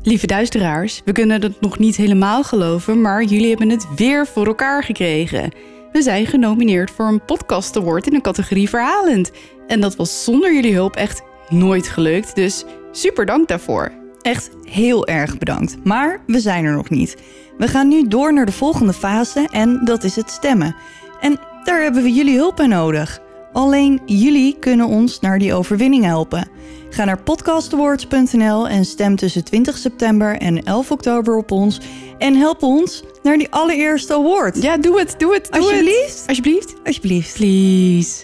Lieve luisteraars, we kunnen het nog niet helemaal geloven, maar jullie hebben het weer voor elkaar gekregen. We zijn genomineerd voor een podcast award in de categorie verhalend. En dat was zonder jullie hulp echt nooit gelukt, dus super dank daarvoor. Echt heel erg bedankt, maar we zijn er nog niet. We gaan nu door naar de volgende fase en dat is het stemmen. En daar hebben we jullie hulp bij nodig. Alleen jullie kunnen ons naar die overwinning helpen. Ga naar podcastawards.nl en stem tussen 20 september en 11 oktober op ons. En help ons naar die allereerste award. Ja, doe het. Alsjeblieft. Alsjeblieft. Alsjeblieft. Please.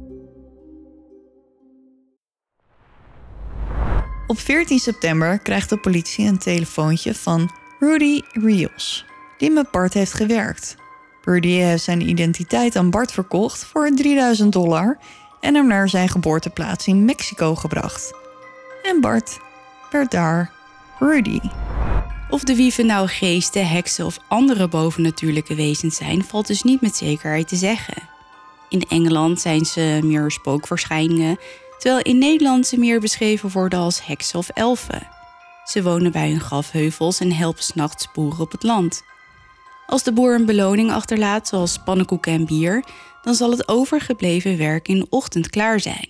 Op 14 september krijgt de politie een telefoontje van Rudy Rios, die met Bart heeft gewerkt. Rudy heeft zijn identiteit aan Bart verkocht voor $3000 en hem naar zijn geboorteplaats in Mexico gebracht. En Bart werd daar Rudy. Of de wieven nou geesten, heksen of andere bovennatuurlijke wezens zijn, valt dus niet met zekerheid te zeggen. In Engeland zijn ze meer spookverschijningen, terwijl in Nederland ze meer beschreven worden als heksen of elfen. Ze wonen bij hun grafheuvels en helpen 's nachts boeren op het land. Als de boer een beloning achterlaat, zoals pannenkoeken en bier, dan zal het overgebleven werk in de ochtend klaar zijn.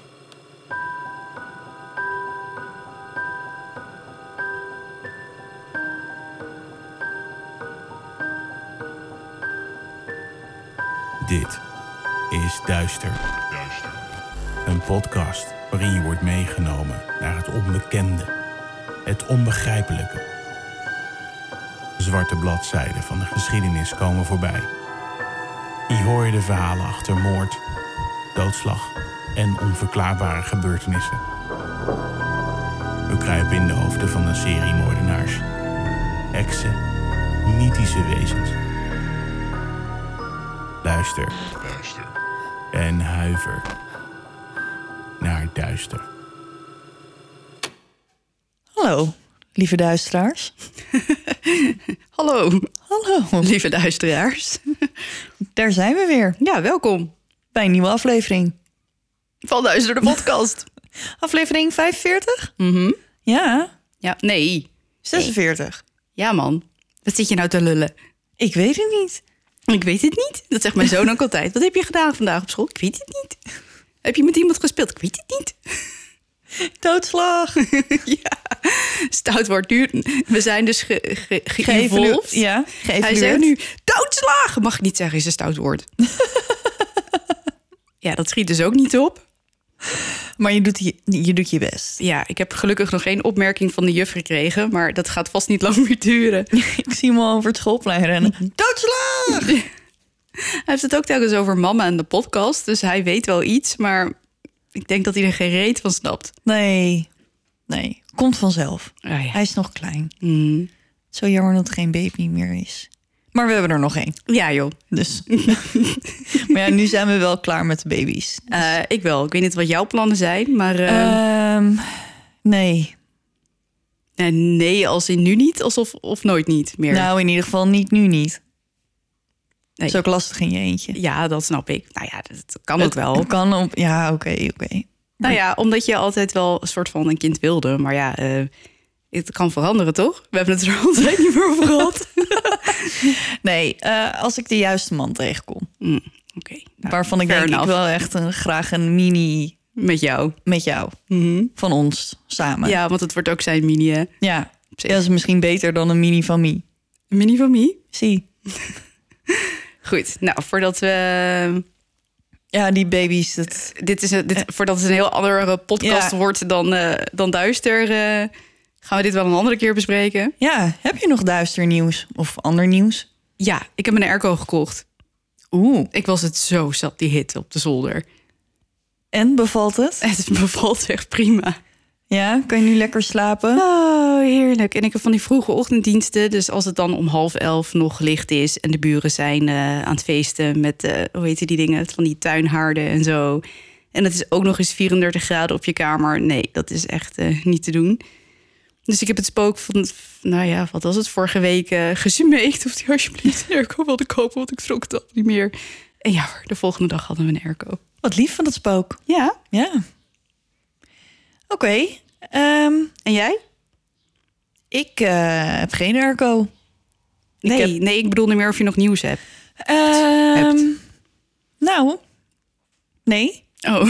Dit is Duister. Een podcast waarin je wordt meegenomen naar het onbekende, het onbegrijpelijke. Zwarte bladzijden van de geschiedenis komen voorbij. Hier hoor je de verhalen achter moord, doodslag en onverklaarbare gebeurtenissen. We kruipen in de hoofden van een serie moordenaars, heksen, mythische wezens. Luister. En huiver naar Duister. Hallo, lieve duisteraars. Hallo, Hallo, lieve luisteraars. daar zijn we weer Ja, welkom bij een nieuwe aflevering. van Duister de podcast. Aflevering 45? Mhm. Ja, Ja, nee. 46. Ja, man. Wat zit je nou te lullen? Ik weet het niet. Ik weet het niet. Dat zegt mijn zoon ook altijd. Wat heb je gedaan vandaag op school? Ik weet het niet. Heb je met iemand gespeeld? Ik weet het niet. Doodslag. Ja, stout wordt duur. We zijn dus geëvolved. Ja, Hij geëvalueerd. zegt nu, doodslag! Mag ik niet zeggen, is een stout woord. Ja, dat schiet dus ook niet op. Maar je doet je best. Ja, ik heb gelukkig nog geen opmerking van de juf gekregen, maar dat gaat vast niet lang meer duren. Ik zie hem al over het schoolplein rennen. Doodslag! Hij heeft het ook telkens over mama en de podcast, dus hij weet wel iets, maar ik denk dat hij er geen reet van snapt. Nee, komt vanzelf. Oh ja. Hij is nog klein. Mm. Zo jammer dat het geen baby meer is. Maar we hebben er nog één. Ja, joh. Dus. Maar ja, nu zijn we wel klaar met de baby's. Ik wel. Ik weet niet wat jouw plannen zijn, maar Nee. nee, als in nu niet, of nooit niet meer. Nou, in ieder geval niet nu niet. Nee. Dat is ook lastig in je eentje. Ja, dat snap ik. Nou ja, dat kan ook wel. Het kan op. Ja, oké. Nou ja, omdat je altijd wel een soort van een kind wilde. Maar ja, het kan veranderen, toch? We hebben het er altijd niet meer over gehad. Nee, als ik de juiste man tegenkom. Oké. Nou, Waarvan ik fair denk, ik enough. wil echt graag een mini Met jou. met jou. Van ons samen. Ja, want het wordt ook zijn mini, hè? Ja, dat is misschien beter dan een mini van me. Een mini van me? Zie. Goed, nou, voordat we... Ja, die baby's. Dat... Voordat het een heel andere podcast Ja. wordt dan Duister... gaan we dit wel een andere keer bespreken. Ja, heb je nog duister nieuws of ander nieuws? Ja, ik heb een airco gekocht. Oeh. Ik was het zo zat, die hitte op de zolder. En, bevalt het? Het bevalt echt prima. Ja, kan je nu lekker slapen? Oh, heerlijk. En ik heb van die vroege ochtenddiensten. Dus als het dan om 10:30 nog licht is... en de buren zijn aan het feesten met, hoe heet die dingen? Van die tuinhaarden en zo. En het is ook nog eens 34 graden op je kamer. Nee, dat is echt niet te doen. Dus ik heb het spook van, nou ja, wat was het, vorige week gesmeekt... of die alsjeblieft een airco wilde kopen, want ik trok het al niet meer. En ja hoor, de volgende dag hadden we een airco. Wat lief van dat spook. Ja, Ja. Oké. en jij? Ik heb geen airco. Nee, ik bedoelde meer of je nog nieuws hebt. Nou, nee. Oh.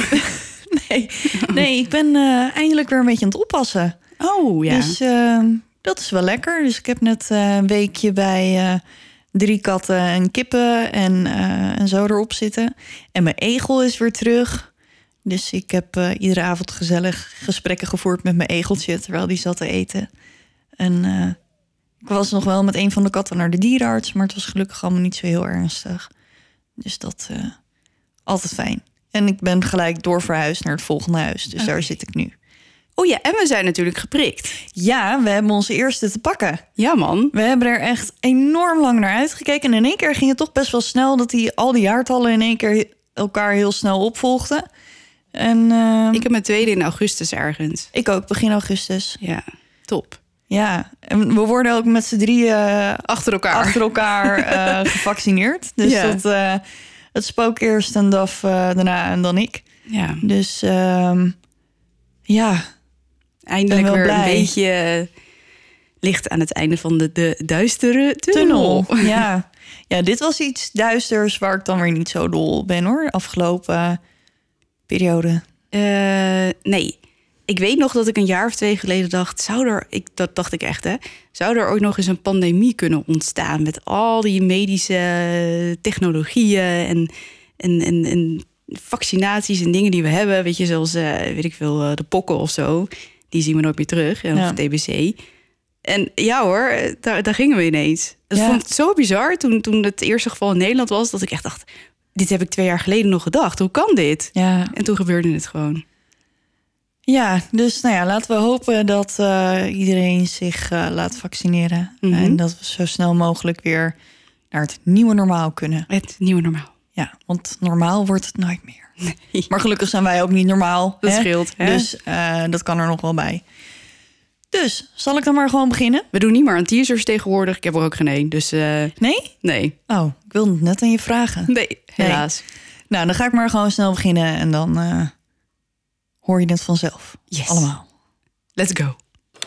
Nee, ik ben eindelijk weer een beetje aan het oppassen. Oh, ja. Dus dat is wel lekker. Dus ik heb net een weekje bij 3 katten en kippen en zo erop zitten. En mijn egel is weer terug. Dus ik heb iedere avond gezellig gesprekken gevoerd met mijn egeltje terwijl die zat te eten. En ik was nog wel met een van de katten naar de dierenarts, maar het was gelukkig allemaal niet zo heel ernstig. Dus dat altijd fijn. En ik ben gelijk doorverhuisd naar het volgende huis. Dus daar zit ik nu. Oh ja, en we zijn natuurlijk geprikt. Ja, we hebben onze eerste te pakken. Ja, man. We hebben er echt enorm lang naar uitgekeken. En in één keer ging het toch best wel snel dat al die jaartallen in één keer elkaar heel snel opvolgden. En, ik heb mijn tweede in augustus ergens. Ik ook, begin augustus. Ja, top. Ja, en we worden ook met z'n drieën achter elkaar gevaccineerd. Dus dat, het spook eerst en Daf daarna en dan ik. Ja. Dus ja, eindelijk weer blij. Een beetje licht aan het einde van de duistere tunnel. Ja, dit was iets duisters waar ik dan weer niet zo dol ben hoor. Afgelopen periode. Nee. Ik weet nog dat ik een jaar of 2 geleden dacht, dat dacht ik echt, zou er ook nog eens een pandemie kunnen ontstaan met al die medische technologieën en vaccinaties en dingen die we hebben, weet je, zoals weet ik veel, de pokken of zo, die zien we nooit meer terug, of TBC. En ja hoor, daar gingen we ineens. Dat vond ik zo bizar toen het eerste geval in Nederland was, dat ik echt dacht, dit heb ik 2 jaar geleden nog gedacht. Hoe kan dit? Ja. En toen gebeurde het gewoon. Ja, dus nou ja, laten we hopen dat iedereen zich laat vaccineren. Mm-hmm. En dat we zo snel mogelijk weer naar het nieuwe normaal kunnen. Het nieuwe normaal. Ja, want normaal wordt het nooit meer. Nee. Maar gelukkig zijn wij ook niet normaal. Dat scheelt. Hè? Dus dat kan er nog wel bij. Dus, zal ik dan maar gewoon beginnen? We doen niet meer aan teasers tegenwoordig. Ik heb er ook geen één. Dus, nee? Nee. Oh, ik wilde het net aan je vragen. Nee, helaas. Nee. Nou, dan ga ik maar gewoon snel beginnen en dan hoor je het vanzelf. Yes. Allemaal. Let's go.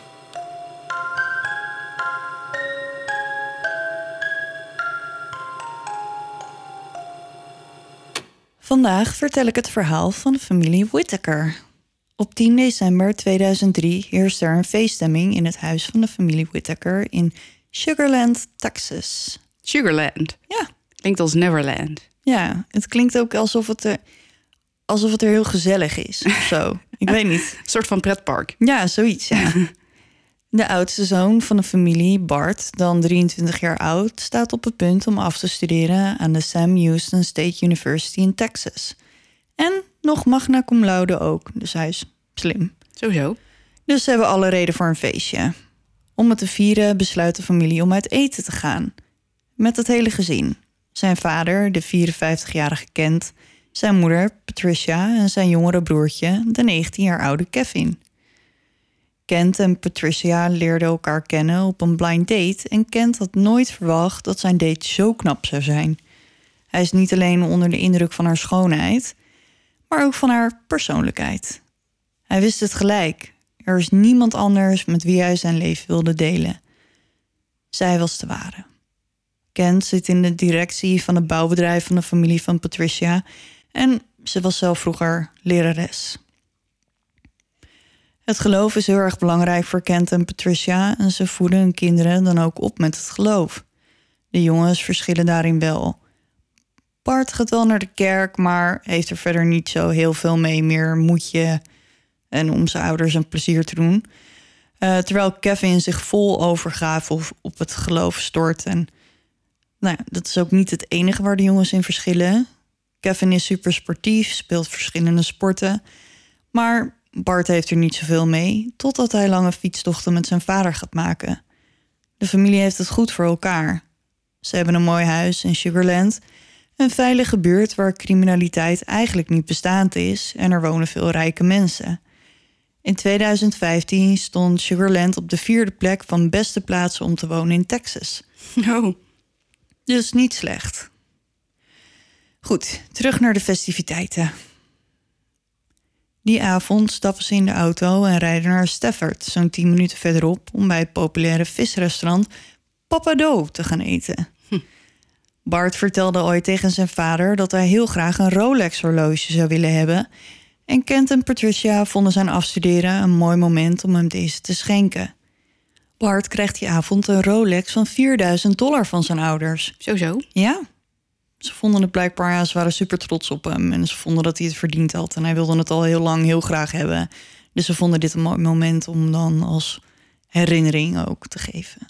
Vandaag vertel ik het verhaal van de familie Whittaker. Op 10 december 2003 heerste er een feeststemming in het huis van de familie Whittaker in Sugarland, Texas. Sugarland? Ja. Klinkt als Neverland. Ja, het klinkt ook alsof het er heel gezellig is of zo. Ik weet niet. Een soort van pretpark. Ja, zoiets, ja. De oudste zoon van de familie, Bart, dan 23 jaar oud, staat op het punt om af te studeren aan de Sam Houston State University in Texas. En nog magna cum laude ook, dus hij is slim. Sowieso. Dus ze hebben alle reden voor een feestje. Om het te vieren besluit de familie om uit eten te gaan. Met het hele gezin. Zijn vader, de 54-jarige Kent, zijn moeder, Patricia, en zijn jongere broertje, de 19 jaar oude Kevin. Kent en Patricia leerden elkaar kennen op een blind date en Kent had nooit verwacht dat zijn date zo knap zou zijn. Hij is niet alleen onder de indruk van haar schoonheid, maar ook van haar persoonlijkheid. Hij wist het gelijk. Er is niemand anders met wie hij zijn leven wilde delen. Zij was de ware. Kent zit in de directie van het bouwbedrijf van de familie van Patricia en ze was zelf vroeger lerares. Het geloof is heel erg belangrijk voor Kent en Patricia en ze voeden hun kinderen dan ook op met het geloof. De jongens verschillen daarin wel. Bart gaat wel naar de kerk, maar heeft er verder niet zo heel veel mee, meer moedje en om zijn ouders een plezier te doen. Terwijl Kevin zich vol overgave op het geloof stort. En nou ja, dat is ook niet het enige waar de jongens in verschillen. Kevin is super sportief, speelt verschillende sporten. Maar Bart heeft er niet zoveel mee, totdat hij lange fietstochten met zijn vader gaat maken. De familie heeft het goed voor elkaar. Ze hebben een mooi huis in Sugarland, een veilige buurt waar criminaliteit eigenlijk niet bestaand is en er wonen veel rijke mensen. In 2015 stond Sugarland op de 4e plek van beste plaatsen om te wonen in Texas. Oh. Dus niet slecht. Goed, terug naar de festiviteiten. Die avond stappen ze in de auto en rijden naar Stafford, zo'n 10 minuten verderop, om bij het populaire visrestaurant Papa Dough te gaan eten. Bart vertelde ooit tegen zijn vader dat hij heel graag een Rolex-horloge zou willen hebben. En Kent en Patricia vonden zijn afstuderen een mooi moment om hem deze te schenken. Bart krijgt die avond een Rolex van $4.000 van zijn ouders. Zo. Ja, ze vonden het blijkbaar, ja, ze waren super trots op hem. En ze vonden dat hij het verdiend had. En hij wilde het al heel lang heel graag hebben. Dus ze vonden dit een mooi moment om dan als herinnering ook te geven.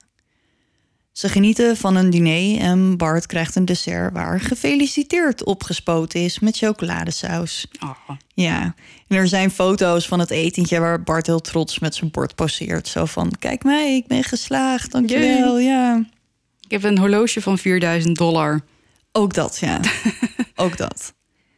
Ze genieten van een diner en Bart krijgt een dessert waar gefeliciteerd opgespoten is met chocoladesaus. Oh. Ja, en er zijn foto's van het etentje waar Bart heel trots met zijn bord poseert. Zo van, kijk mij, ik ben geslaagd, dankjewel, ja. Ik heb een horloge van $4.000. Ook dat, ja. Ook dat.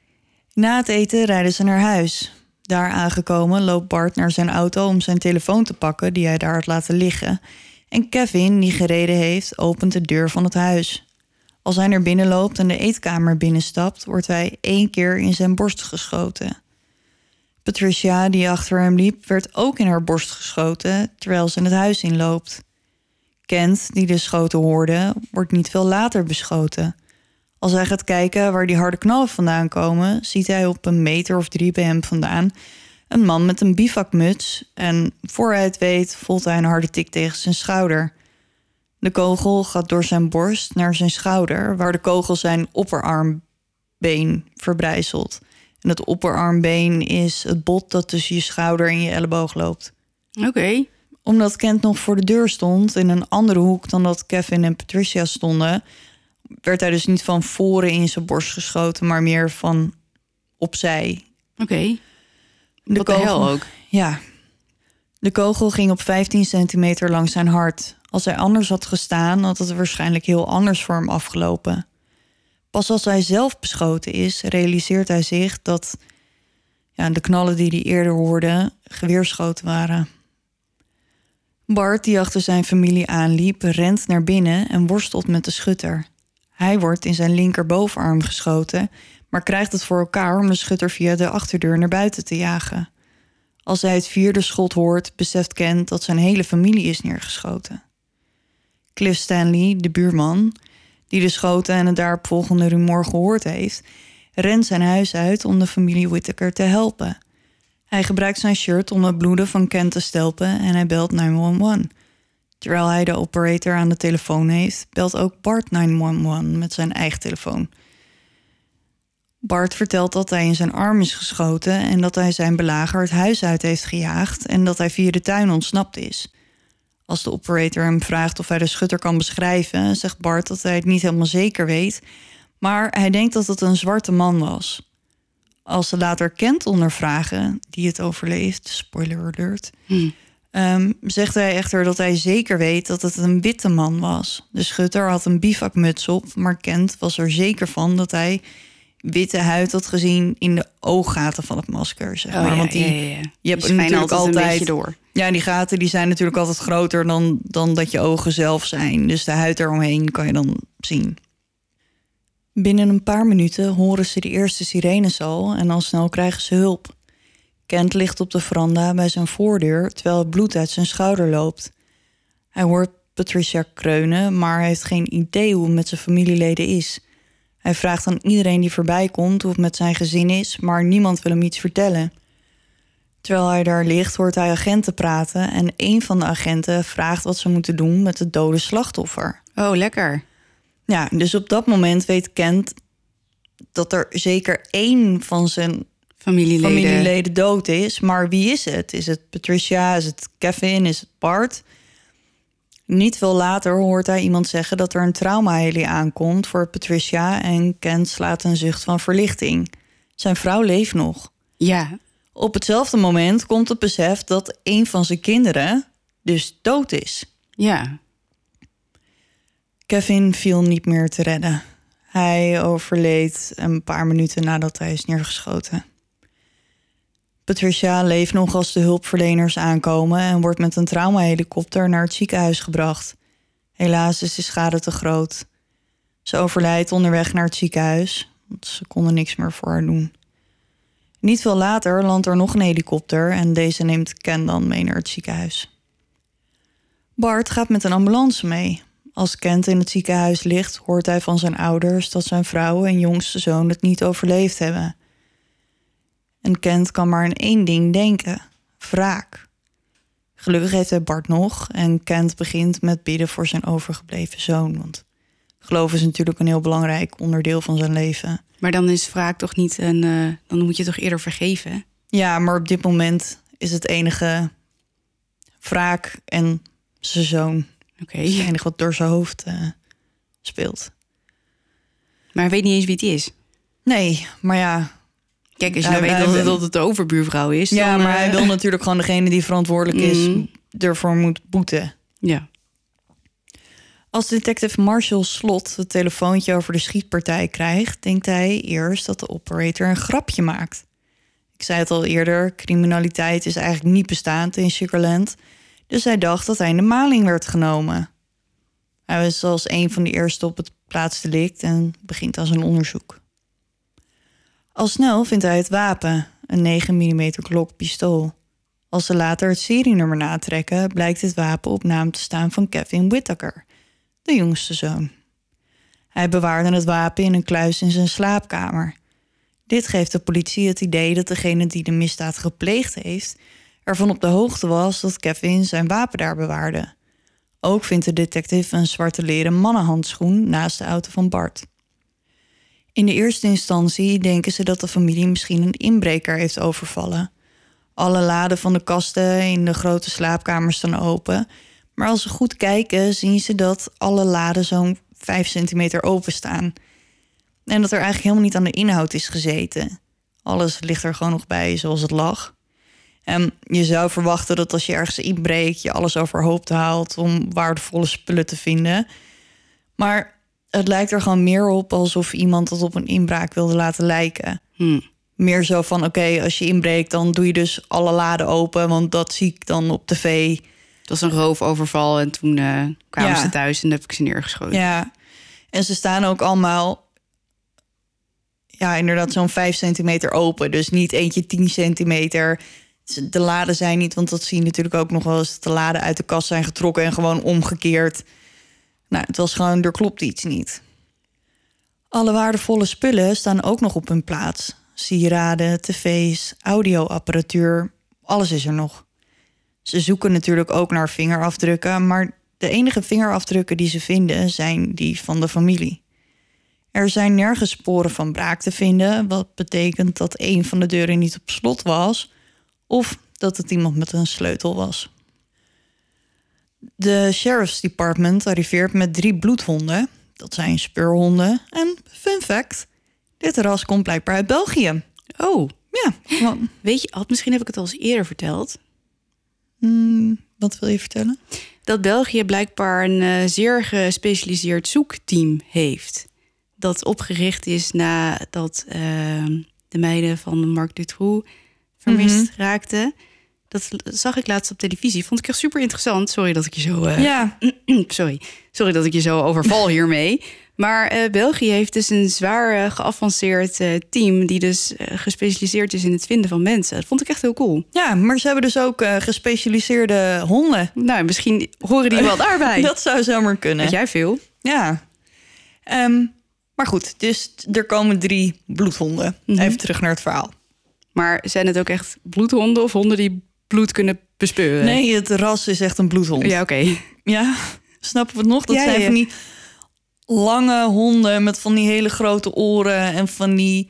Na het eten rijden ze naar huis. Daar aangekomen loopt Bart naar zijn auto om zijn telefoon te pakken die hij daar had laten liggen. En Kevin, die gereden heeft, opent de deur van het huis. Als hij naar binnen loopt en de eetkamer binnenstapt, wordt hij 1 keer in zijn borst geschoten. Patricia, die achter hem liep, werd ook in haar borst geschoten terwijl ze het huis inloopt. Kent, die de schoten hoorde, wordt niet veel later beschoten. Als hij gaat kijken waar die harde knallen vandaan komen, ziet hij op 1 meter of 3 bij hem vandaan een man met een bivakmuts en voor hij het weet voelt hij een harde tik tegen zijn schouder. De kogel gaat door zijn borst naar zijn schouder, waar de kogel zijn opperarmbeen verbrijzelt. En het opperarmbeen is het bot dat tussen je schouder en je elleboog loopt. Oké. Omdat Kent nog voor de deur stond in een andere hoek dan dat Kevin en Patricia stonden, werd hij dus niet van voren in zijn borst geschoten, maar meer van opzij. Oké. De hel ook. Ja. De kogel ging op 15 centimeter langs zijn hart. Als hij anders had gestaan, had het waarschijnlijk heel anders voor hem afgelopen. Pas als hij zelf beschoten is, realiseert hij zich dat de knallen die hij eerder hoorde geweerschoten waren. Bart, die achter zijn familie aanliep, rent naar binnen en worstelt met de schutter. Hij wordt in zijn linkerbovenarm geschoten, maar krijgt het voor elkaar om de schutter via de achterdeur naar buiten te jagen. Als hij het 4e schot hoort, beseft Kent dat zijn hele familie is neergeschoten. Cliff Stanley, de buurman, die de schoten en het daaropvolgende rumoer gehoord heeft, rent zijn huis uit om de familie Whittaker te helpen. Hij gebruikt zijn shirt om het bloeden van Kent te stelpen en hij belt 911. Terwijl hij de operator aan de telefoon heeft, belt ook Bart 911 met zijn eigen telefoon. Bart vertelt dat hij in zijn arm is geschoten en dat hij zijn belager het huis uit heeft gejaagd en dat hij via de tuin ontsnapt is. Als de operator hem vraagt of hij de schutter kan beschrijven, zegt Bart dat hij het niet helemaal zeker weet, maar hij denkt dat het een zwarte man was. Als ze later Kent ondervragen, die het overleeft, spoiler alert, zegt hij echter dat hij zeker weet dat het een witte man was. De schutter had een bivakmuts op, maar Kent was er zeker van dat hij witte huid had gezien in de ooggaten van het masker, zeg maar. Want je hebt natuurlijk altijd een beetje door. Ja, die gaten die zijn natuurlijk altijd groter dan dat je ogen zelf zijn. Dus de huid eromheen kan je dan zien. Binnen een paar minuten horen ze de eerste sirenes al en al snel krijgen ze hulp. Kent ligt op de veranda bij zijn voordeur terwijl het bloed uit zijn schouder loopt. Hij hoort Patricia kreunen, maar hij heeft geen idee hoe het met zijn familieleden is. Hij vraagt aan iedereen die voorbij komt hoe het met zijn gezin is, maar niemand wil hem iets vertellen. Terwijl hij daar ligt, hoort hij agenten praten en een van de agenten vraagt wat ze moeten doen met het dode slachtoffer. Oh, lekker. Ja, dus op dat moment weet Kent dat er zeker 1 van zijn familieleden dood is. Maar wie is het? Is het Patricia? Is het Kevin? Is het Bart? Niet veel later hoort hij iemand zeggen dat er een traumaheli aankomt voor Patricia en Kent slaat een zucht van verlichting. Zijn vrouw leeft nog. Ja. Op hetzelfde moment komt het besef dat 1 van zijn kinderen dus dood is. Ja. Kevin viel niet meer te redden. Hij overleed een paar minuten nadat hij is neergeschoten. Patricia leeft nog als de hulpverleners aankomen en wordt met een traumahelikopter naar het ziekenhuis gebracht. Helaas is de schade te groot. Ze overlijdt onderweg naar het ziekenhuis, want ze konden niks meer voor haar doen. Niet veel later landt er nog een helikopter en deze neemt Ken dan mee naar het ziekenhuis. Bart gaat met een ambulance mee. Als Kent in het ziekenhuis ligt, hoort hij van zijn ouders dat zijn vrouw en jongste zoon het niet overleefd hebben. En Kent kan maar aan één ding denken: wraak. Gelukkig heeft hij Bart nog en Kent begint met bidden voor zijn overgebleven zoon. Want geloof is natuurlijk een heel belangrijk onderdeel van zijn leven. Maar dan is wraak toch niet dan moet je toch eerder vergeven? Ja, maar op dit moment is het enige wraak en zijn zoon. Oké. Dat is het enige wat door zijn hoofd speelt. Maar hij weet niet eens wie het is. Nee, maar ja. Kijk, als je nou weet dat het de overbuurvrouw is. Ja, dan, maar hij wil natuurlijk gewoon degene die verantwoordelijk is ervoor moet boeten. Ja. Als detective Marshall Slot het telefoontje over de schietpartij krijgt, denkt hij eerst dat de operator een grapje maakt. Ik zei het al eerder, criminaliteit is eigenlijk niet bestaand in Sugarland, dus hij dacht dat hij in de maling werd genomen. Hij was als een van de eerste op het plaatsdelict en begint aan zijn onderzoek. Al snel vindt hij het wapen, een 9 mm Glock pistool. Als ze later het serienummer natrekken, blijkt het wapen op naam te staan van Kevin Whittaker, de jongste zoon. Hij bewaarde het wapen in een kluis in zijn slaapkamer. Dit geeft de politie het idee dat degene die de misdaad gepleegd heeft ervan op de hoogte was dat Kevin zijn wapen daar bewaarde. Ook vindt de detective een zwarte leren mannenhandschoen naast de auto van Bart. In de eerste instantie denken ze dat de familie misschien een inbreker heeft overvallen. Alle laden van de kasten in de grote slaapkamer staan open, maar als ze goed kijken zien ze dat alle laden zo'n 5 centimeter openstaan. En dat er eigenlijk helemaal niet aan de inhoud is gezeten. Alles ligt er gewoon nog bij zoals het lag. En je zou verwachten dat als je ergens inbreekt, je alles overhoop haalt om waardevolle spullen te vinden. Maar het lijkt er gewoon meer op alsof iemand het op een inbraak wilde laten lijken. Meer zo van, oké, als je inbreekt, dan doe je dus alle laden open, want dat zie ik dan op tv. Het was een roofoverval en toen kwamen ze thuis en heb ik ze neergeschoten. Ja, en ze staan ook allemaal, ja, inderdaad zo'n 5 centimeter open. Dus niet eentje 10 centimeter. De laden zijn niet, want dat zie je natuurlijk ook nog wel eens, dat de laden uit de kast zijn getrokken en gewoon omgekeerd. Nou, het was gewoon, er klopt iets niet. Alle waardevolle spullen staan ook nog op hun plaats. Sieraden, tv's, audioapparatuur, alles is er nog. Ze zoeken natuurlijk ook naar vingerafdrukken, maar de enige vingerafdrukken die ze vinden zijn die van de familie. Er zijn nergens sporen van braak te vinden, wat betekent dat een van de deuren niet op slot was of dat het iemand met een sleutel was. De Sheriff's Department arriveert met 3 bloedhonden. Dat zijn speurhonden. En fun fact, dit ras komt blijkbaar uit België. Oh. Ja. Weet je, misschien heb ik het al eens eerder verteld. Wat wil je vertellen? Dat België blijkbaar een zeer gespecialiseerd zoekteam heeft. Dat opgericht is nadat de meiden van Marc Dutroux vermist raakten. Dat zag ik laatst op televisie. Vond ik echt super interessant. Sorry dat ik je zo... Sorry dat ik je zo overval hiermee. Maar België heeft dus een zwaar geavanceerd team die dus gespecialiseerd is in het vinden van mensen. Dat vond ik echt heel cool. Ja, maar ze hebben dus ook gespecialiseerde honden. Nou, misschien horen die wel daarbij. Dat zou zomaar kunnen. Weet jij veel? Ja. Maar goed, dus er komen 3 bloedhonden. Even terug naar het verhaal. Maar zijn het ook echt bloedhonden of honden die bloed kunnen bespeuren? Nee, het ras is echt een bloedhond. Ja, oké. Ja, snappen we het nog? Dat zijn van die lange honden met van die hele grote oren en van die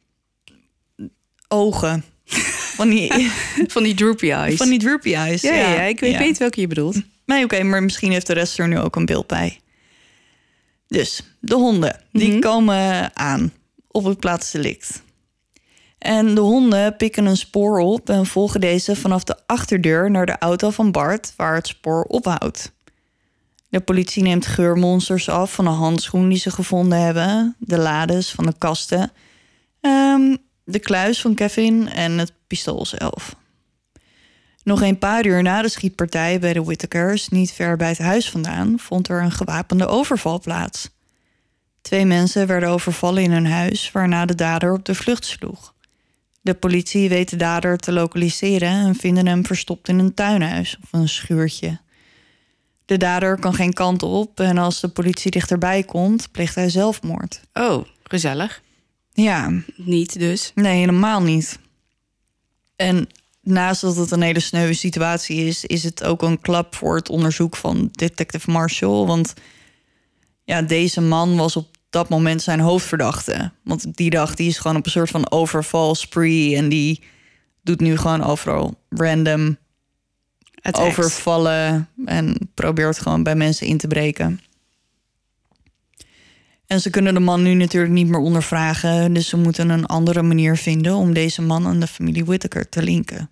ogen. Van die droopy eyes. Van die droopy eyes. Ja, ik weet welke je bedoelt. Nee, oké, maar misschien heeft de rest er nu ook een beeld bij. Dus, de honden, die komen aan op het plaatsdelict. En de honden pikken een spoor op en volgen deze vanaf de achterdeur naar de auto van Bart, waar het spoor ophoudt. De politie neemt geurmonsters af van de handschoen die ze gevonden hebben, de lades van de kasten, de kluis van Kevin en het pistool zelf. Nog een paar uur na de schietpartij bij de Whittakers, niet ver bij het huis vandaan, vond er een gewapende overval plaats. 2 mensen werden overvallen in hun huis, waarna de dader op de vlucht sloeg. De politie weet de dader te lokaliseren en vinden hem verstopt in een tuinhuis of een schuurtje. De dader kan geen kant op en als de politie dichterbij komt, pleegt hij zelfmoord. Oh, gezellig. Ja, Niet dus. nee, helemaal niet. En naast dat het een hele sneuwe situatie is het ook een klap voor het onderzoek van detective Marshall. Want ja, deze man was op dat moment zijn hoofdverdachte. Want die dag die is gewoon op een soort van overval spree en die doet nu gewoon overal random Attacks. overvallen en probeert gewoon bij mensen in te breken. En ze kunnen de man nu natuurlijk niet meer ondervragen, dus ze moeten een andere manier vinden om deze man aan de familie Whittaker te linken.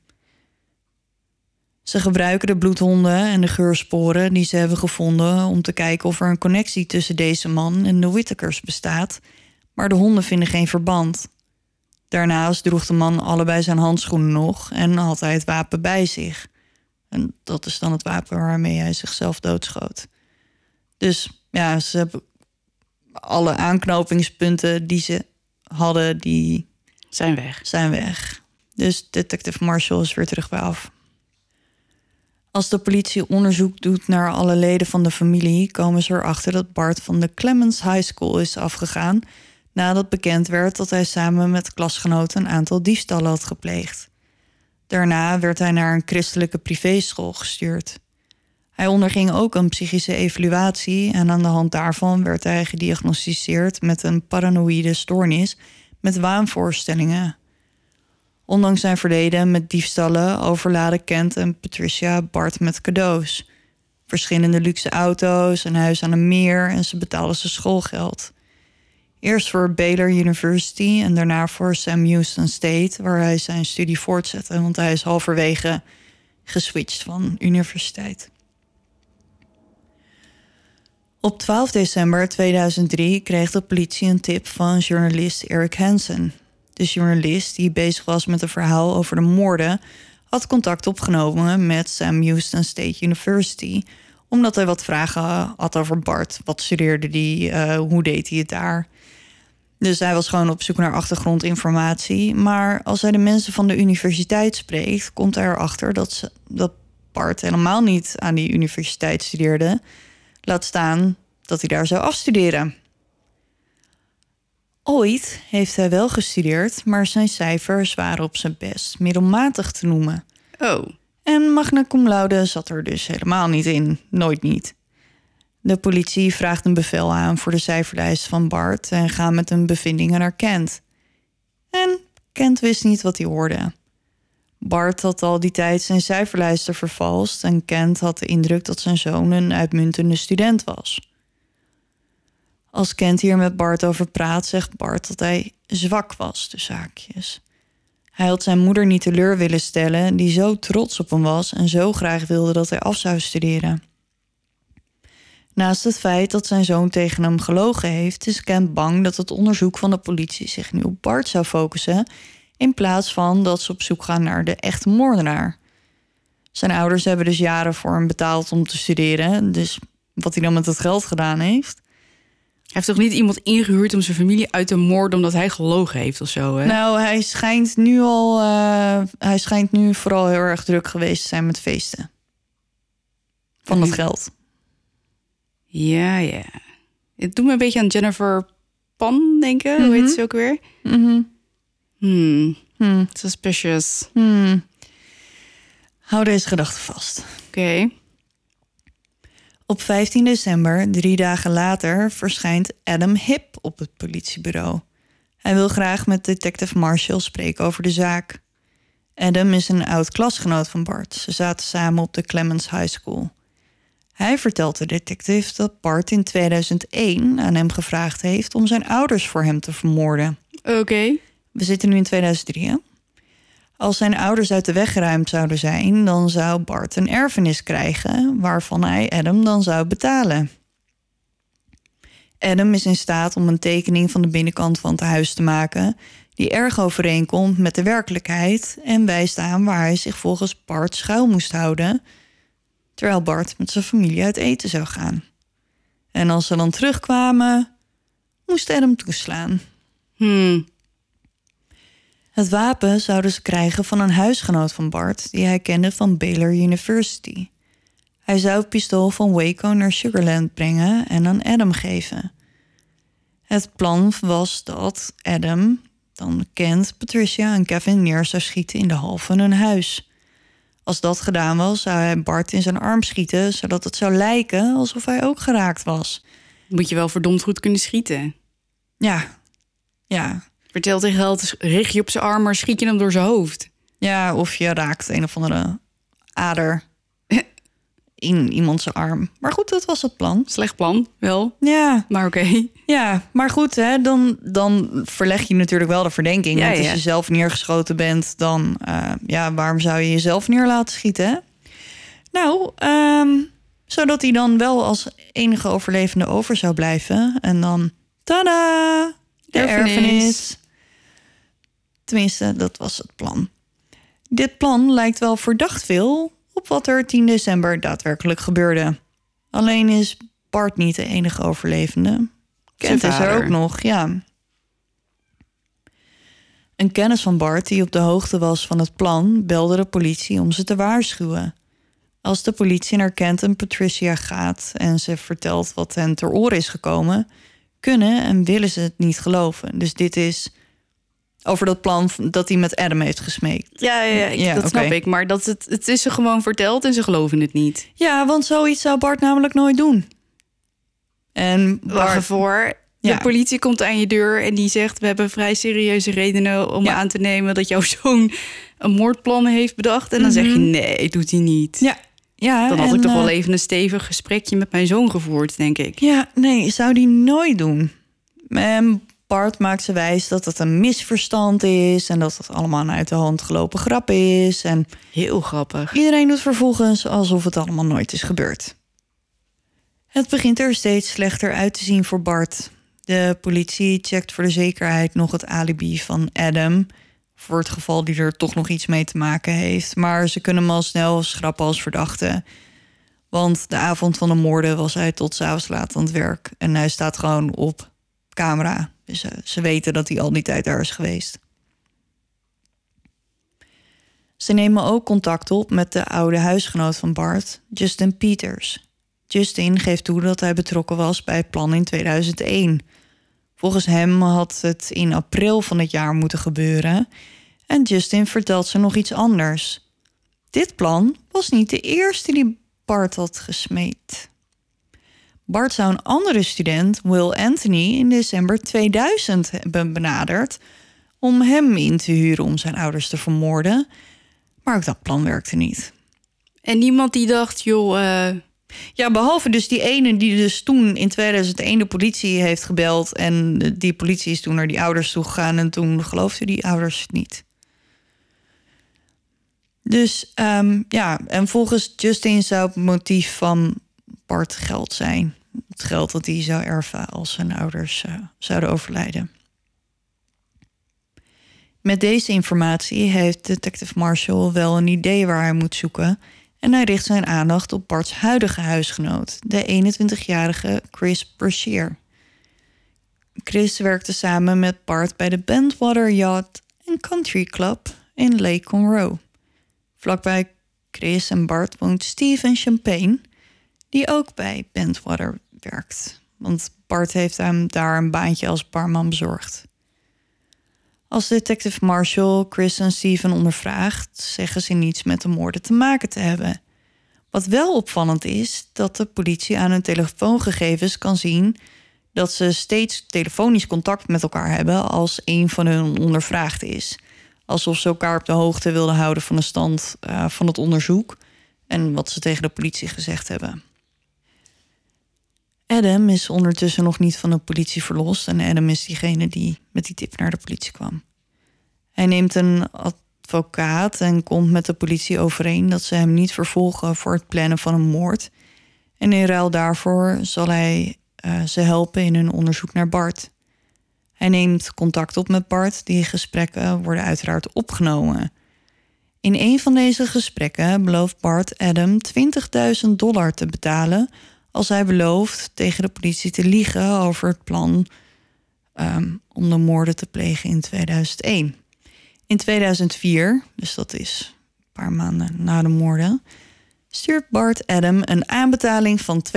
Ze gebruiken de bloedhonden en de geursporen die ze hebben gevonden om te kijken of er een connectie tussen deze man en de Whittakers bestaat, maar de honden vinden geen verband. Daarnaast droeg de man allebei zijn handschoenen nog en had hij het wapen bij zich. En dat is dan het wapen waarmee hij zichzelf doodschoot. Dus ja, ze hebben alle aanknopingspunten die ze hadden, die Zijn weg. Dus detective Marshall is weer terug bij af. Als de politie onderzoek doet naar alle leden van de familie, komen ze erachter dat Bart van de Clemens High School is afgegaan nadat bekend werd dat hij samen met klasgenoten een aantal diefstallen had gepleegd. Daarna werd hij naar een christelijke privéschool gestuurd. Hij onderging ook een psychische evaluatie en aan de hand daarvan werd hij gediagnosticeerd met een paranoïde stoornis met waanvoorstellingen. Ondanks zijn verleden met diefstallen overladen Kent en Patricia Bart met cadeaus. Verschillende luxe auto's, een huis aan een meer en ze betaalden zijn schoolgeld. Eerst voor Baylor University en daarna voor Sam Houston State, waar hij zijn studie voortzette, want hij is halverwege geswitcht van universiteit. Op 12 december 2003 kreeg de politie een tip van journalist Eric Hansen. De journalist, die bezig was met een verhaal over de moorden, had contact opgenomen met Sam Houston State University, omdat hij wat vragen had over Bart. Wat studeerde hij? Hoe deed hij het daar? Dus hij was gewoon op zoek naar achtergrondinformatie. Maar als hij de mensen van de universiteit spreekt, komt hij erachter dat Bart helemaal niet aan die universiteit studeerde. Laat staan dat hij daar zou afstuderen. Ooit heeft hij wel gestudeerd, maar zijn cijfers waren op zijn best middelmatig te noemen. Oh. En magna cum laude zat er dus helemaal niet in. Nooit niet. De politie vraagt een bevel aan voor de cijferlijst van Bart en gaat met hun bevindingen naar Kent. En Kent wist niet wat hij hoorde. Bart had al die tijd zijn cijferlijsten vervalst en Kent had de indruk dat zijn zoon een uitmuntende student was. Als Kent hier met Bart over praat, zegt Bart dat hij zwak was, tussen haakjes. Hij had zijn moeder niet teleur willen stellen, die zo trots op hem was en zo graag wilde dat hij af zou studeren. Naast het feit dat zijn zoon tegen hem gelogen heeft, is Kent bang dat het onderzoek van de politie zich nu op Bart zou focussen, in plaats van dat ze op zoek gaan naar de echte moordenaar. Zijn ouders hebben dus jaren voor hem betaald om te studeren, dus wat hij dan met het geld gedaan heeft. Hij heeft toch niet iemand ingehuurd om zijn familie uit te moorden omdat hij gelogen heeft of zo, hè? Nou, hij schijnt nu vooral heel erg druk geweest te zijn met feesten. Van dat geld. Ja. Het doet me een beetje aan Jennifer Pan denken. Hoe heet ze ook weer? Suspicious. Hou deze gedachte vast. Oké. Op 15 december, 3 dagen later, verschijnt Adam Hip op het politiebureau. Hij wil graag met detective Marshall spreken over de zaak. Adam is een oud-klasgenoot van Bart. Ze zaten samen op de Clemens High School. Hij vertelt de detective dat Bart in 2001 aan hem gevraagd heeft om zijn ouders voor hem te vermoorden. Oké. We zitten nu in 2003, hè? Als zijn ouders uit de weg geruimd zouden zijn, dan zou Bart een erfenis krijgen, waarvan hij Adam dan zou betalen. Adam is in staat om een tekening van de binnenkant van het huis te maken, die erg overeenkomt met de werkelijkheid en wijst aan waar hij zich volgens Bart schuil moest houden, terwijl Bart met zijn familie uit eten zou gaan. En als ze dan terugkwamen, moest Adam toeslaan. Het wapen zouden ze krijgen van een huisgenoot van Bart die hij kende van Baylor University. Hij zou het pistool van Waco naar Sugarland brengen en aan Adam geven. Het plan was dat Adam dan Kent, Patricia en Kevin neer zou schieten in de hal van hun huis. Als dat gedaan was, zou hij Bart in zijn arm schieten, zodat het zou lijken alsof hij ook geraakt was. Moet je wel verdomd goed kunnen schieten. Ja. Vertel tegen Held, richt je op zijn arm, maar schiet je hem door zijn hoofd. Ja, of je raakt een of andere ader in iemands arm. Maar goed, dat was het plan. Slecht plan, wel. Ja. Maar oké. Ja, maar goed, hè, dan verleg je natuurlijk wel de verdenking. Ja, want als ja. je zelf neergeschoten bent, dan waarom zou je jezelf neer laten schieten? Hè? Nou, zodat hij dan wel als enige overlevende over zou blijven. En dan, tada, de erfenis. Tenminste, dat was het plan. Dit plan lijkt wel verdacht veel op wat er 10 december daadwerkelijk gebeurde. Alleen is Bart niet de enige overlevende. Kent is er ook nog, ja. Een kennis van Bart die op de hoogte was van het plan belde de politie om ze te waarschuwen. Als de politie naar Kent en Patricia gaat en ze vertelt wat hen ter oren is gekomen, kunnen en willen ze het niet geloven. Dus dit is over dat plan dat hij met Adam heeft gesmeekt. Ja, dat snap ik. Maar dat het is ze gewoon verteld en ze geloven het niet. Ja, want zoiets zou Bart namelijk nooit doen. En Wacht ervoor. Ja. De politie komt aan je deur en die zegt, we hebben vrij serieuze redenen om aan te nemen dat jouw zoon een moordplan heeft bedacht. En dan zeg je, nee, doet hij niet. Ja, Dan had ik toch wel even een stevig gesprekje met mijn zoon gevoerd, denk ik. Ja, nee, zou die nooit doen. En Bart maakt ze wijs dat het een misverstand is en dat het allemaal een uit de hand gelopen grap is. En heel grappig. Iedereen doet vervolgens alsof het allemaal nooit is gebeurd. Het begint er steeds slechter uit te zien voor Bart. De politie checkt voor de zekerheid nog het alibi van Adam, voor het geval die er toch nog iets mee te maken heeft. Maar ze kunnen hem al snel schrappen als verdachte. Want de avond van de moorden was hij tot 's avonds laat aan het werk. En hij staat gewoon op camera. Dus ze weten dat hij al die tijd daar is geweest. Ze nemen ook contact op met de oude huisgenoot van Bart, Justin Peters. Justin geeft toe dat hij betrokken was bij het plan in 2001. Volgens hem had het in april van het jaar moeten gebeuren. En Justin vertelt ze nog iets anders. Dit plan was niet de eerste die Bart had gesmeed. Bart zou een andere student, Will Anthony, in december 2000 hebben benaderd om hem in te huren om zijn ouders te vermoorden. Maar ook dat plan werkte niet. En niemand die dacht, joh... Ja, behalve dus die ene die dus toen in 2001 de politie heeft gebeld. En die politie is toen naar die ouders toegegaan en toen geloofden die ouders het niet. Dus en volgens Justin zou het motief van Bart geld zijn. Het geld dat hij zou erven als zijn ouders zouden overlijden. Met deze informatie heeft detective Marshall wel een idee waar hij moet zoeken. En hij richt zijn aandacht op Bart's huidige huisgenoot, de 21-jarige Chris Brashear. Chris werkte samen met Bart bij de Bentwater Yacht and Country Club in Lake Conroe. Vlakbij Chris en Bart woont Steve Champagne, die ook bij Bentwater werkt. Want Bart heeft hem daar een baantje als barman bezorgd. Als detective Marshall Chris en Steven ondervraagt, zeggen ze niets met de moorden te maken te hebben. Wat wel opvallend is, dat de politie aan hun telefoongegevens kan zien dat ze steeds telefonisch contact met elkaar hebben als een van hun ondervraagd is. Alsof ze elkaar op de hoogte wilden houden van de stand van het onderzoek en wat ze tegen de politie gezegd hebben. Adam is ondertussen nog niet van de politie verlost en Adam is diegene die met die tip naar de politie kwam. Hij neemt een advocaat en komt met de politie overeen dat ze hem niet vervolgen voor het plannen van een moord. En in ruil daarvoor zal hij ze helpen in hun onderzoek naar Bart. Hij neemt contact op met Bart. Die gesprekken worden uiteraard opgenomen. In een van deze gesprekken belooft Bart Adam $20.000 te betalen als hij belooft tegen de politie te liegen over het plan om de moorden te plegen in 2001. In 2004, dus dat is een paar maanden na de moorden, stuurt Bart Adam een aanbetaling van $240.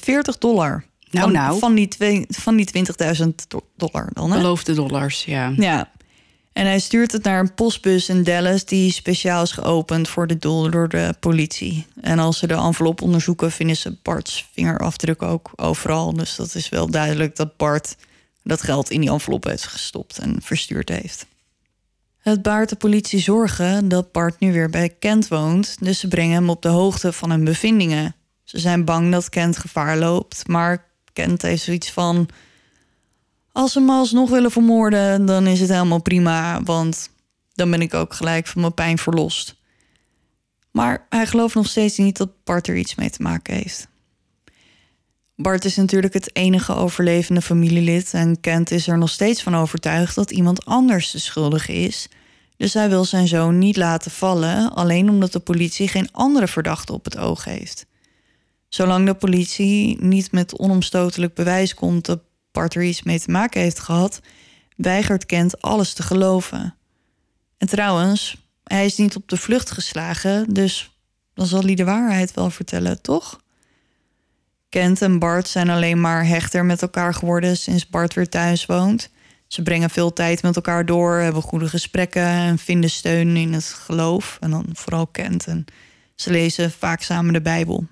Van die $20.000 dan, hè? Beloofde dollars, ja. Ja. En hij stuurt het naar een postbus in Dallas die speciaal is geopend voor dit doel door de politie. En als ze de envelop onderzoeken, vinden ze Bart's vingerafdruk ook overal. Dus dat is wel duidelijk dat Bart dat geld in die envelop heeft gestopt en verstuurd heeft. Het baart de politie zorgen dat Bart nu weer bij Kent woont, dus ze brengen hem op de hoogte van hun bevindingen. Ze zijn bang dat Kent gevaar loopt, maar Kent heeft zoiets van: als ze me alsnog willen vermoorden, dan is het helemaal prima, want dan ben ik ook gelijk van mijn pijn verlost. Maar hij gelooft nog steeds niet dat Bart er iets mee te maken heeft. Bart is natuurlijk het enige overlevende familielid en Kent is er nog steeds van overtuigd dat iemand anders de schuldige is. Dus hij wil zijn zoon niet laten vallen, alleen omdat de politie geen andere verdachte op het oog heeft. Zolang de politie niet met onomstotelijk bewijs komt dat Bart er iets mee te maken heeft gehad, weigert Kent alles te geloven. En trouwens, hij is niet op de vlucht geslagen, dus dan zal hij de waarheid wel vertellen, toch? Kent en Bart zijn alleen maar hechter met elkaar geworden sinds Bart weer thuis woont. Ze brengen veel tijd met elkaar door, hebben goede gesprekken en vinden steun in het geloof. En dan vooral Kent. En ze lezen vaak samen de Bijbel.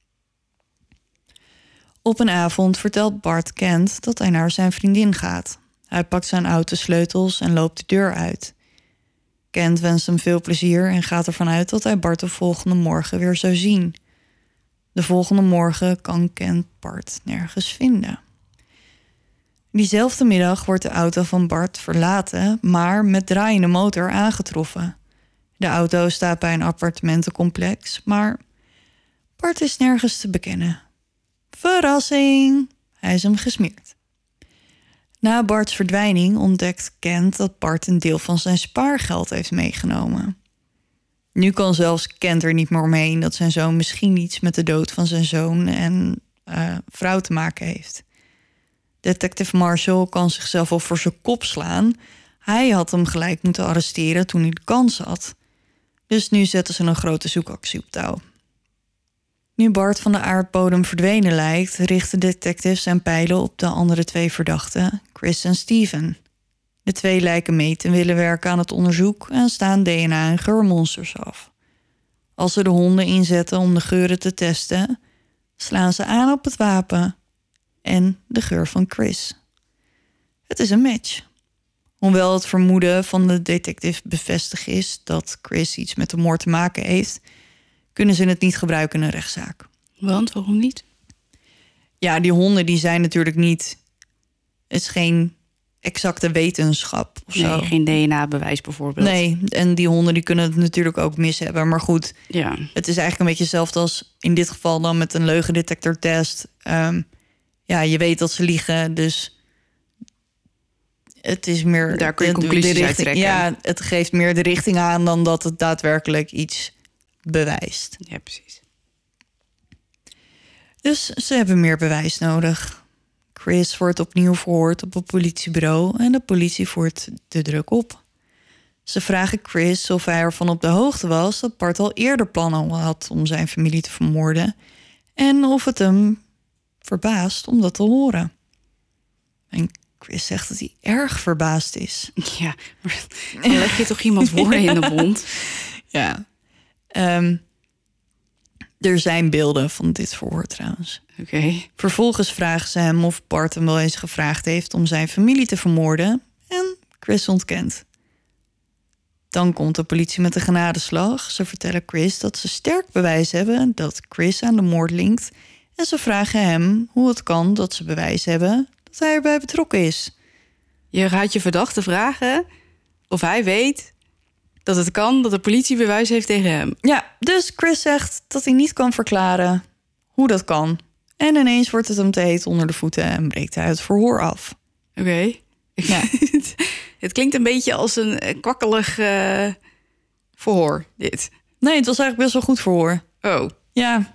Op een avond vertelt Bart Kent dat hij naar zijn vriendin gaat. Hij pakt zijn autosleutels en loopt de deur uit. Kent wenst hem veel plezier en gaat ervan uit dat hij Bart de volgende morgen weer zou zien. De volgende morgen kan Kent Bart nergens vinden. Diezelfde middag wordt de auto van Bart verlaten, maar met draaiende motor aangetroffen. De auto staat bij een appartementencomplex, maar Bart is nergens te bekennen. Verrassing! Hij is hem gesmeerd. Na Barts verdwijning ontdekt Kent dat Bart een deel van zijn spaargeld heeft meegenomen. Nu kan zelfs Kent er niet meer omheen dat zijn zoon misschien iets met de dood van zijn zoon en vrouw te maken heeft. Detective Marshall kan zichzelf al voor zijn kop slaan. Hij had hem gelijk moeten arresteren toen hij de kans had. Dus nu zetten ze een grote zoekactie op touw. Nu Bart van de aardbodem verdwenen lijkt, richten detectives zijn pijlen op de andere 2 verdachten, Chris en Steven. De 2 lijken mee te willen werken aan het onderzoek en staan DNA- en geurmonsters af. Als ze de honden inzetten om de geuren te testen, slaan ze aan op het wapen en de geur van Chris. Het is een match. Hoewel het vermoeden van de detective bevestigd is dat Chris iets met de moord te maken heeft, kunnen ze het niet gebruiken in een rechtszaak. Want, waarom niet? Ja, die honden die zijn natuurlijk niet... Het is geen exacte wetenschap of zo. Nee, geen DNA-bewijs bijvoorbeeld. Nee, en die honden die kunnen het natuurlijk ook mis hebben. Maar goed, Ja. het is eigenlijk een beetje hetzelfde als in dit geval dan met een leugendetectortest. Ja, je weet dat ze liegen, dus het is meer... Daar kun je conclusies uit trekken. Ja, het geeft meer de richting aan dan dat het daadwerkelijk iets bewijst. Ja, precies. Dus ze hebben meer bewijs nodig. Chris wordt opnieuw verhoord op het politiebureau en de politie voert de druk op. Ze vragen Chris of hij ervan op de hoogte was dat Bart al eerder plannen had om zijn familie te vermoorden en of het hem verbaast om dat te horen. En Chris zegt dat hij erg verbaasd is. Ja, maar dan leg je toch iemand woorden in de mond? Ja. Er zijn beelden van dit verhoor trouwens. Oké. Vervolgens vragen ze hem of Bart hem wel eens gevraagd heeft om zijn familie te vermoorden. En Chris ontkent. Dan komt de politie met de genadeslag. Ze vertellen Chris dat ze sterk bewijs hebben dat Chris aan de moord linkt. En ze vragen hem hoe het kan dat ze bewijs hebben dat hij erbij betrokken is. Je gaat je verdachte vragen of hij weet dat het kan dat de politie bewijs heeft tegen hem. Ja, dus Chris zegt dat hij niet kan verklaren hoe dat kan. En ineens wordt het hem te heet onder de voeten en breekt hij het verhoor af. Oké. Ja. Het klinkt een beetje als een kwakkelig verhoor, dit. Nee, het was eigenlijk best wel goed verhoor. Oh. Ja.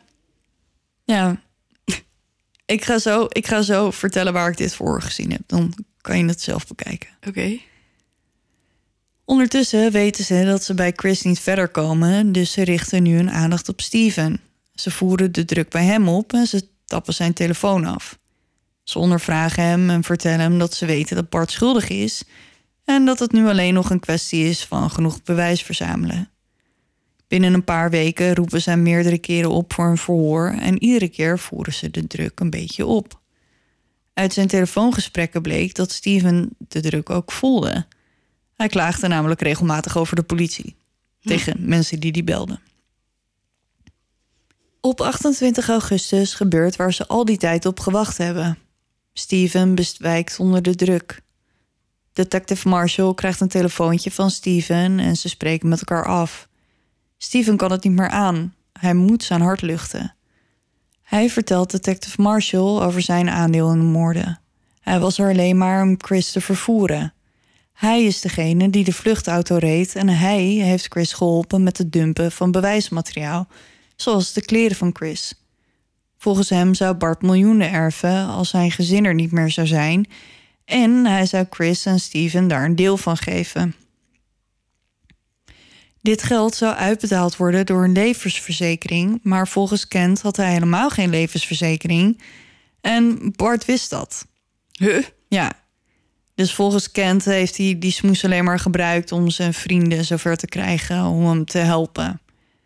Ik ga zo vertellen waar ik dit voor gezien heb. Dan kan je het zelf bekijken. Oké. Ondertussen weten ze dat ze bij Chris niet verder komen, dus ze richten nu hun aandacht op Steven. Ze voeren de druk bij hem op en ze tappen zijn telefoon af. Ze ondervragen hem en vertellen hem dat ze weten dat Bart schuldig is en dat het nu alleen nog een kwestie is van genoeg bewijs verzamelen. Binnen een paar weken roepen ze hem meerdere keren op voor een verhoor en iedere keer voeren ze de druk een beetje op. Uit zijn telefoongesprekken bleek dat Steven de druk ook voelde. Hij klaagde namelijk regelmatig over de politie. Tegen mensen die belden. Op 28 augustus gebeurt waar ze al die tijd op gewacht hebben. Steven bezwijkt onder de druk. Detective Marshall krijgt een telefoontje van Steven en ze spreken met elkaar af. Steven kan het niet meer aan. Hij moet zijn hart luchten. Hij vertelt detective Marshall over zijn aandeel in de moorden. Hij was er alleen maar om Chris te vervoeren. Hij is degene die de vluchtauto reed en hij heeft Chris geholpen met het dumpen van bewijsmateriaal, zoals de kleren van Chris. Volgens hem zou Bart miljoenen erven als zijn gezin er niet meer zou zijn en hij zou Chris en Steven daar een deel van geven. Dit geld zou uitbetaald worden door een levensverzekering, maar volgens Kent had hij helemaal geen levensverzekering en Bart wist dat. Huh? Ja. Dus volgens Kent heeft hij die smoes alleen maar gebruikt om zijn vrienden zover te krijgen om hem te helpen.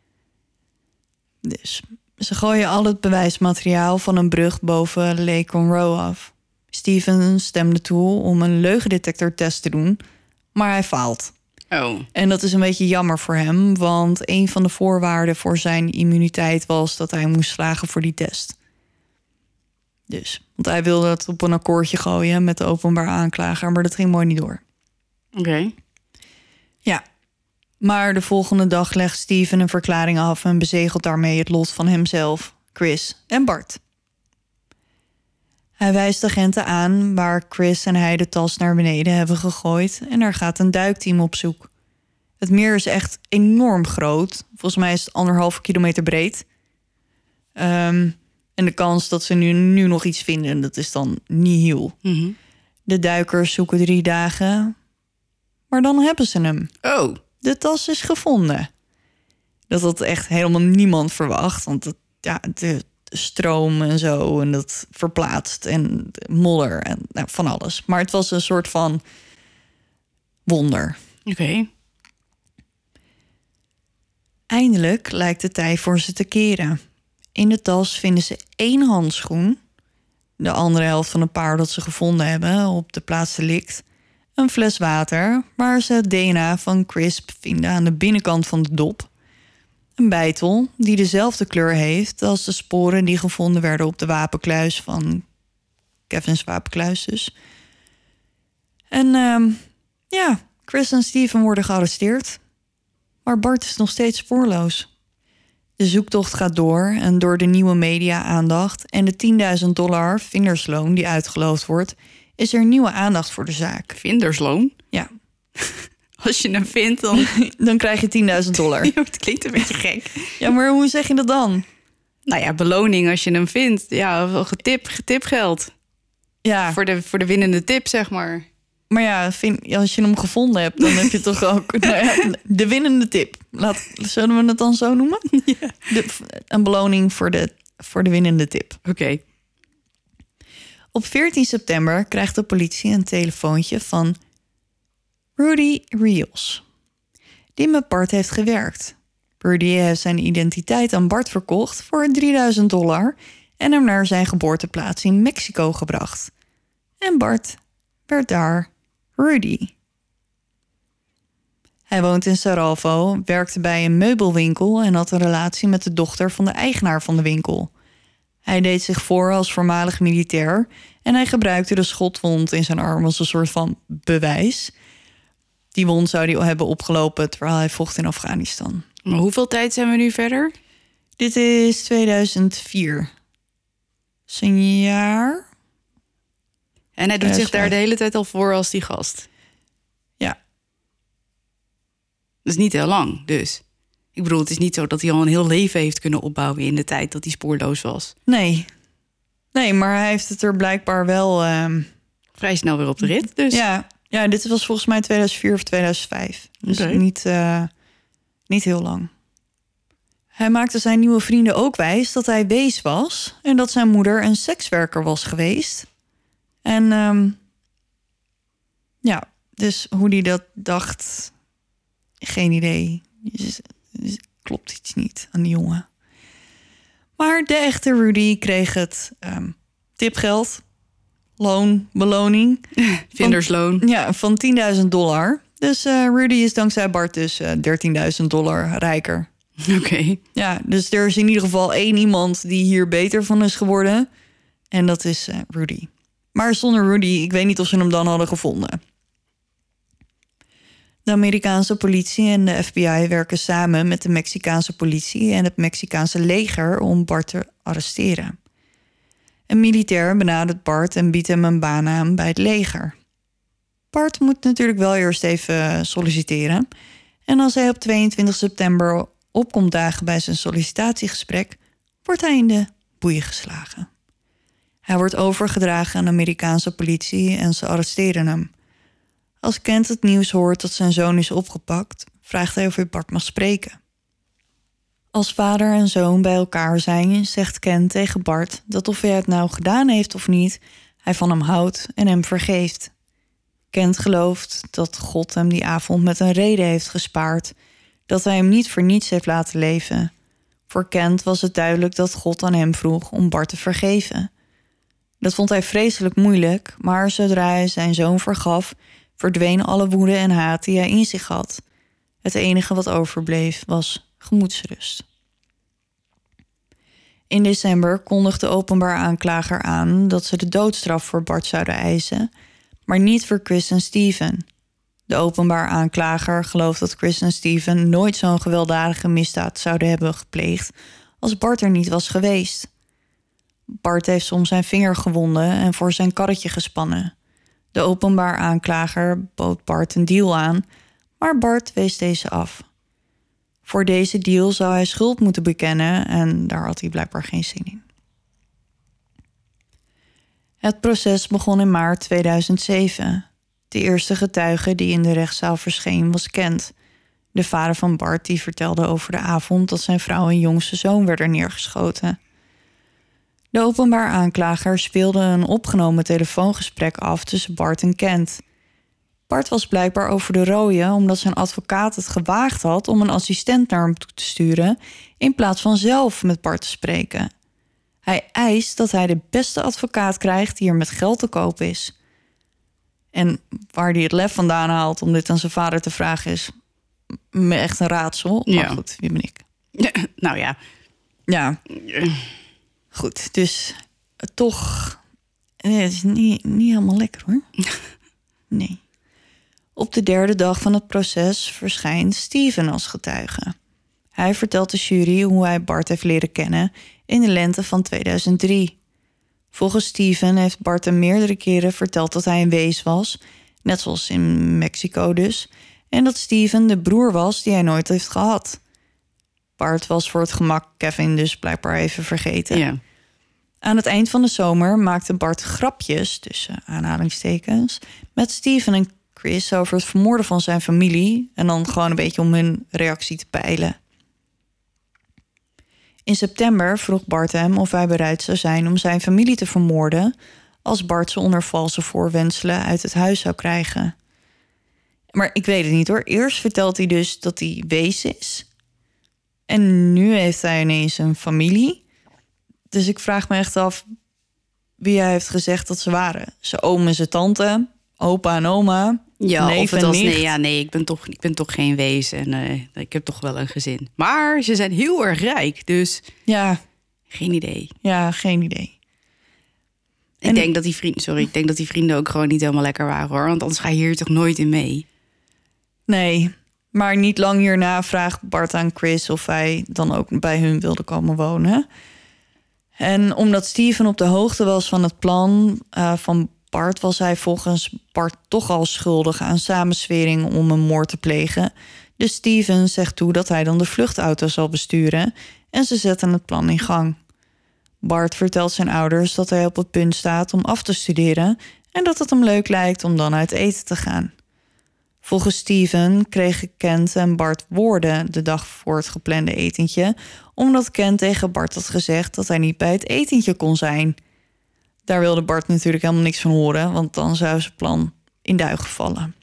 Dus ze gooien al het bewijsmateriaal van een brug boven Lake Conroe af. Steven stemde toe om een leugendetectortest te doen, maar hij faalt. Oh. En dat is een beetje jammer voor hem, want een van de voorwaarden voor zijn immuniteit was dat hij moest slagen voor die test. Dus, want hij wilde het op een akkoordje gooien met de openbaar aanklager, maar dat ging mooi niet door. Oké. Ja, maar de volgende dag legt Steven een verklaring af en bezegelt daarmee het lot van hemzelf, Chris en Bart. Hij wijst de agenten aan waar Chris en hij de tas naar beneden hebben gegooid en er gaat een duikteam op zoek. Het meer is echt enorm groot. Volgens mij is het 1,5 kilometer breed. En de kans dat ze nu nog iets vinden, dat is dan nihil. Mm-hmm. De duikers zoeken 3 dagen, maar dan hebben ze hem. Oh. De tas is gevonden. Dat had echt helemaal niemand verwacht, want de stroom en zo en dat verplaatst en modder en van alles. Maar het was een soort van wonder. Oké. Eindelijk lijkt het tijd voor ze te keren. In de tas vinden ze 1 handschoen, de andere helft van een paar dat ze gevonden hebben op de plaats delict, een fles water waar ze het DNA van Chris vinden aan de binnenkant van de dop, een beitel die dezelfde kleur heeft als de sporen die gevonden werden op de wapenkluis van Kevin's wapenkluis dus. En Chris en Steven worden gearresteerd, maar Bart is nog steeds spoorloos. De zoektocht gaat door en door de nieuwe media-aandacht en de $10.000 vindersloon die uitgeloofd wordt, is er nieuwe aandacht voor de zaak. Vindersloon? Ja. Als je hem vindt, dan... Dan krijg je $10.000. Ja, het klinkt een beetje gek. Ja, maar hoe zeg je dat dan? Nou ja, beloning als je hem vindt. Ja, wel getipgeld. Ja, Voor de winnende tip, zeg maar. maar ja, als je hem gevonden hebt, dan heb je toch ook de winnende tip. Zullen we het dan zo noemen? Ja. Een beloning voor de winnende tip. Oké. Op 14 september krijgt de politie een telefoontje van Rudy Rios, die met Bart heeft gewerkt. Rudy heeft zijn identiteit aan Bart verkocht voor $3.000 en hem naar zijn geboorteplaats in Mexico gebracht. En Bart werd daar Rudy. Hij woont in Saralvo, werkte bij een meubelwinkel en had een relatie met de dochter van de eigenaar van de winkel. Hij deed zich voor als voormalig militair en hij gebruikte de schotwond in zijn arm als een soort van bewijs. Die wond zou hij hebben opgelopen terwijl hij vocht in Afghanistan. Maar hoeveel tijd zijn we nu verder? Dit is 2004. Is een jaar? En hij doet zich daar de hele tijd al voor als die gast. Ja. Dat is niet heel lang, dus. Ik bedoel, het is niet zo dat hij al een heel leven heeft kunnen opbouwen in de tijd dat hij spoorloos was. Nee, maar hij heeft het er blijkbaar wel... Vrij snel weer op de rit, dus. Ja, Ja, dit was volgens mij 2004 of 2005. Dus Oké. niet heel lang. Hij maakte zijn nieuwe vrienden ook wijs dat hij wees was... en dat zijn moeder een sekswerker was geweest. En dus hoe hij dat dacht... geen idee. Klopt iets niet aan die jongen. Maar de echte Rudy kreeg het tipgeld... beloning... Vindersloon. Ja, van $10.000. Dus Rudy is dankzij Bart dus $13.000 rijker. Oké. Ja, dus er is in ieder geval 1 iemand die hier beter van is geworden. En dat is Rudy. Maar zonder Rudy, ik weet niet of ze hem dan hadden gevonden. De Amerikaanse politie en de FBI werken samen met de Mexicaanse politie en het Mexicaanse leger om Bart te arresteren. Een militair benadert Bart en biedt hem een baan aan bij het leger. Bart moet natuurlijk wel eerst even solliciteren. En als hij op 22 september opkomt dagen bij zijn sollicitatiegesprek, wordt hij in de boeien geslagen. Hij wordt overgedragen aan de Amerikaanse politie en ze arresteren hem. Als Kent het nieuws hoort dat zijn zoon is opgepakt, vraagt hij of hij Bart mag spreken. Als vader en zoon bij elkaar zijn, zegt Kent tegen Bart dat of hij het nou gedaan heeft of niet, hij van hem houdt en hem vergeeft. Kent gelooft dat God hem die avond met een reden heeft gespaard, dat hij hem niet voor niets heeft laten leven. Voor Kent was het duidelijk dat God aan hem vroeg om Bart te vergeven. Dat vond hij vreselijk moeilijk, maar zodra hij zijn zoon vergaf, verdween alle woede en haat die hij in zich had. Het enige wat overbleef was gemoedsrust. In december kondigde de openbaar aanklager aan dat ze de doodstraf voor Bart zouden eisen, maar niet voor Chris en Steven. De openbaar aanklager gelooft dat Chris en Steven nooit zo'n gewelddadige misdaad zouden hebben gepleegd als Bart er niet was geweest. Bart heeft soms zijn vinger gewonden en voor zijn karretje gespannen. De openbaar aanklager bood Bart een deal aan, maar Bart wees deze af. Voor deze deal zou hij schuld moeten bekennen en daar had hij blijkbaar geen zin in. Het proces begon in maart 2007. De eerste getuige die in de rechtszaal verscheen was Kent, de vader van Bart die vertelde over de avond dat zijn vrouw en jongste zoon werden neergeschoten. De openbaar aanklager speelde een opgenomen telefoongesprek af tussen Bart en Kent. Bart was blijkbaar over de rooie omdat zijn advocaat het gewaagd had om een assistent naar hem toe te sturen in plaats van zelf met Bart te spreken. Hij eist dat hij de beste advocaat krijgt die er met geld te koop is. En waar hij het lef vandaan haalt om dit aan zijn vader te vragen is me echt een raadsel. Maar Ja. goed, wie ben ik? Nou ja. Ja. Goed, dus toch... Nee, het is niet helemaal lekker, hoor. Nee. Op de derde dag van het proces verschijnt Steven als getuige. Hij vertelt de jury hoe hij Bart heeft leren kennen in de lente van 2003. Volgens Steven heeft Bart hem meerdere keren verteld dat hij een wees was, net zoals in Mexico dus, en dat Steven de broer was die hij nooit heeft gehad. Bart was voor het gemak Kevin dus blijkbaar even vergeten. Ja. Aan het eind van de zomer maakte Bart grapjes, tussen aanhalingstekens, met Steven en Chris over het vermoorden van zijn familie en dan gewoon een beetje om hun reactie te peilen. In september vroeg Bart hem of hij bereid zou zijn om zijn familie te vermoorden als Bart ze onder valse voorwendselen uit het huis zou krijgen. Maar ik weet het niet, hoor. Eerst vertelt hij dus dat hij wees is. En nu heeft hij ineens een familie. Dus ik vraag me echt af wie hij heeft gezegd dat ze waren. Zijn oom en zijn tante, opa en oma, Ja, neef of het en was nicht. nee, ik ben toch geen wees en ik heb toch wel een gezin. Maar ze zijn heel erg rijk, dus geen idee. Ja, geen idee. Ik denk dat die vrienden ook gewoon niet helemaal lekker waren, hoor. Want anders ga je hier toch nooit in mee. Nee, maar niet lang hierna vraagt Bart aan Chris of hij dan ook bij hun wilde komen wonen. En omdat Steven op de hoogte was van het plan van Bart, was hij volgens Bart toch al schuldig aan samenswering om een moord te plegen. Dus Steven zegt toe dat hij dan de vluchtauto zal besturen en ze zetten het plan in gang. Bart vertelt zijn ouders dat hij op het punt staat om af te studeren en dat het hem leuk lijkt om dan uit eten te gaan. Volgens Steven kregen Kent en Bart woorden de dag voor het geplande etentje, omdat Kent tegen Bart had gezegd dat hij niet bij het etentje kon zijn. Daar wilde Bart natuurlijk helemaal niks van horen, want dan zou zijn plan in duigen vallen.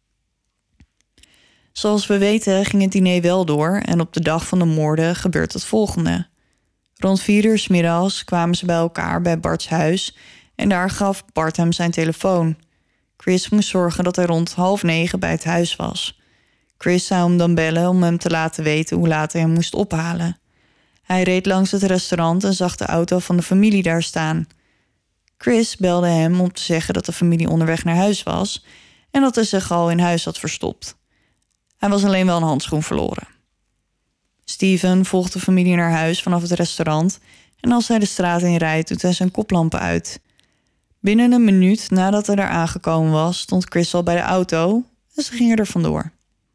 Zoals we weten ging het diner wel door en op de dag van de moorden gebeurt het volgende. Rond 4 uur 's middags kwamen ze bij elkaar bij Barts huis en daar gaf Bart hem zijn telefoon. Chris moest zorgen dat hij rond 8:30 bij het huis was. Chris zou hem dan bellen om hem te laten weten hoe laat hij hem moest ophalen. Hij reed langs het restaurant en zag de auto van de familie daar staan. Chris belde hem om te zeggen dat de familie onderweg naar huis was en dat hij zich al in huis had verstopt. Hij was alleen wel een handschoen verloren. Steven volgt de familie naar huis vanaf het restaurant en als hij de straat in rijdt doet hij zijn koplampen uit. Binnen een minuut nadat hij daar aangekomen was, stond Chris al bij de auto en ze gingen er vandoor.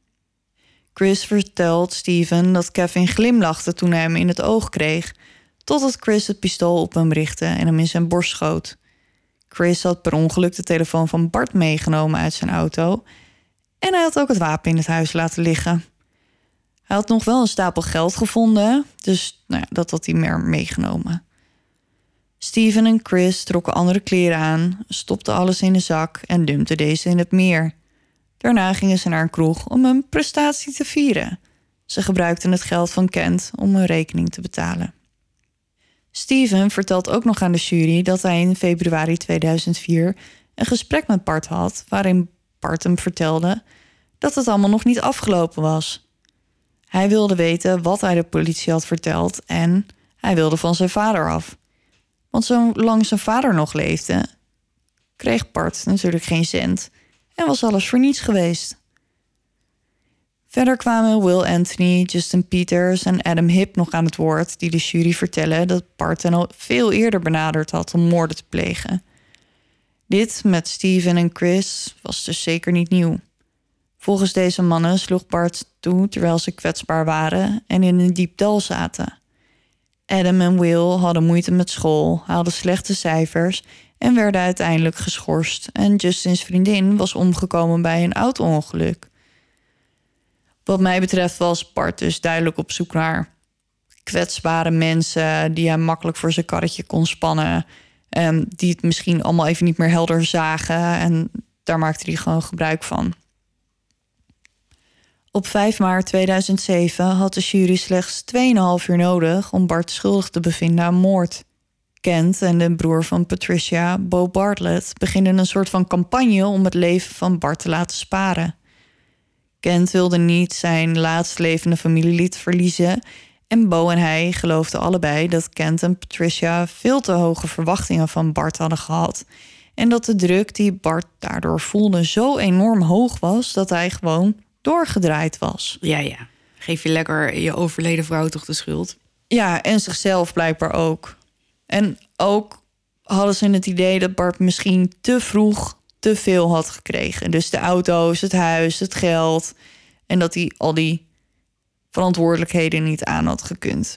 Chris vertelt Steven dat Kevin glimlachte toen hij hem in het oog kreeg, totdat Chris het pistool op hem richtte en hem in zijn borst schoot. Chris had per ongeluk de telefoon van Bart meegenomen uit zijn auto en hij had ook het wapen in het huis laten liggen. Hij had nog wel een stapel geld gevonden, dus dat had hij meer meegenomen. Steven en Chris trokken andere kleren aan, stopten alles in de zak en dumpten deze in het meer. Daarna gingen ze naar een kroeg om hun prestatie te vieren. Ze gebruikten het geld van Kent om hun rekening te betalen. Steven vertelt ook nog aan de jury dat hij in februari 2004 een gesprek met Bart had, waarin Bart hem vertelde dat het allemaal nog niet afgelopen was. Hij wilde weten wat hij de politie had verteld en hij wilde van zijn vader af. Want zolang zijn vader nog leefde, kreeg Bart natuurlijk geen cent en was alles voor niets geweest. Verder kwamen Will Anthony, Justin Peters en Adam Hipp nog aan het woord, die de jury vertellen dat Bart hen al veel eerder benaderd had om moorden te plegen. Dit met Steven en Chris was dus zeker niet nieuw. Volgens deze mannen sloeg Bart toe terwijl ze kwetsbaar waren en in een diep dal zaten. Adam en Will hadden moeite met school, haalden slechte cijfers en werden uiteindelijk geschorst. En Justins vriendin was omgekomen bij een auto-ongeluk. Wat mij betreft was Bart dus duidelijk op zoek naar kwetsbare mensen die hij makkelijk voor zijn karretje kon spannen. Die het misschien allemaal even niet meer helder zagen en daar maakte hij gewoon gebruik van. Op 5 maart 2007 had de jury slechts 2,5 uur nodig om Bart schuldig te bevinden aan moord. Kent en de broer van Patricia, Bo Bartlett, beginnen een soort van campagne om het leven van Bart te laten sparen. Kent wilde niet zijn laatst levende familielid verliezen en Bo en hij geloofden allebei dat Kent en Patricia veel te hoge verwachtingen van Bart hadden gehad en dat de druk die Bart daardoor voelde zo enorm hoog was dat hij gewoon doorgedraaid was. Ja. Geef je lekker je overleden vrouw toch de schuld? Ja, en zichzelf blijkbaar ook. En ook hadden ze het idee dat Bart misschien te vroeg te veel had gekregen. Dus de auto's, het huis, het geld. En dat hij al die verantwoordelijkheden niet aan had gekund.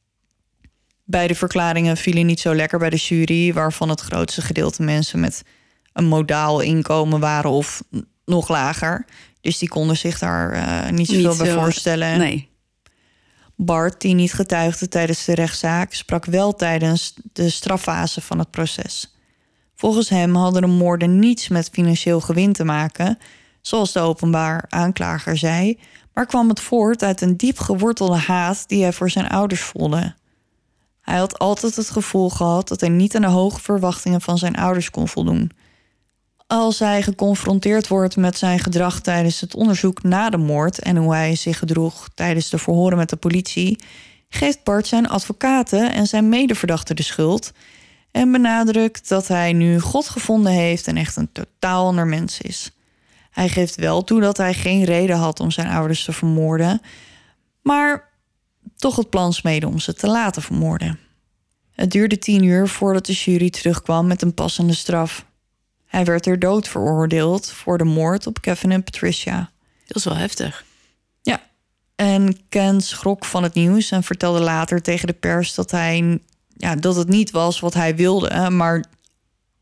Beide verklaringen vielen niet zo lekker bij de jury, waarvan het grootste gedeelte mensen met een modaal inkomen waren of nog lager. Dus die konden zich daar niet zoveel bij voorstellen. Nee. Bart, die niet getuigde tijdens de rechtszaak, sprak wel tijdens de straffase van het proces. Volgens hem hadden de moorden niets met financieel gewin te maken, zoals de openbaar aanklager zei, maar kwam het voort uit een diep gewortelde haat die hij voor zijn ouders voelde. Hij had altijd het gevoel gehad dat hij niet aan de hoge verwachtingen van zijn ouders kon voldoen. Als hij geconfronteerd wordt met zijn gedrag tijdens het onderzoek na de moord en hoe hij zich gedroeg tijdens de verhoren met de politie, geeft Bart zijn advocaten en zijn medeverdachten de schuld en benadrukt dat hij nu God gevonden heeft en echt een totaal ander mens is. Hij geeft wel toe dat hij geen reden had om zijn ouders te vermoorden, maar toch het plan smeedde om ze te laten vermoorden. Het duurde 10 uur voordat de jury terugkwam met een passende straf. Hij werd ter dood veroordeeld voor de moord op Kevin en Patricia. Dat is wel heftig. Ja, en Kent schrok van het nieuws en vertelde later tegen de pers dat het niet was wat hij wilde, maar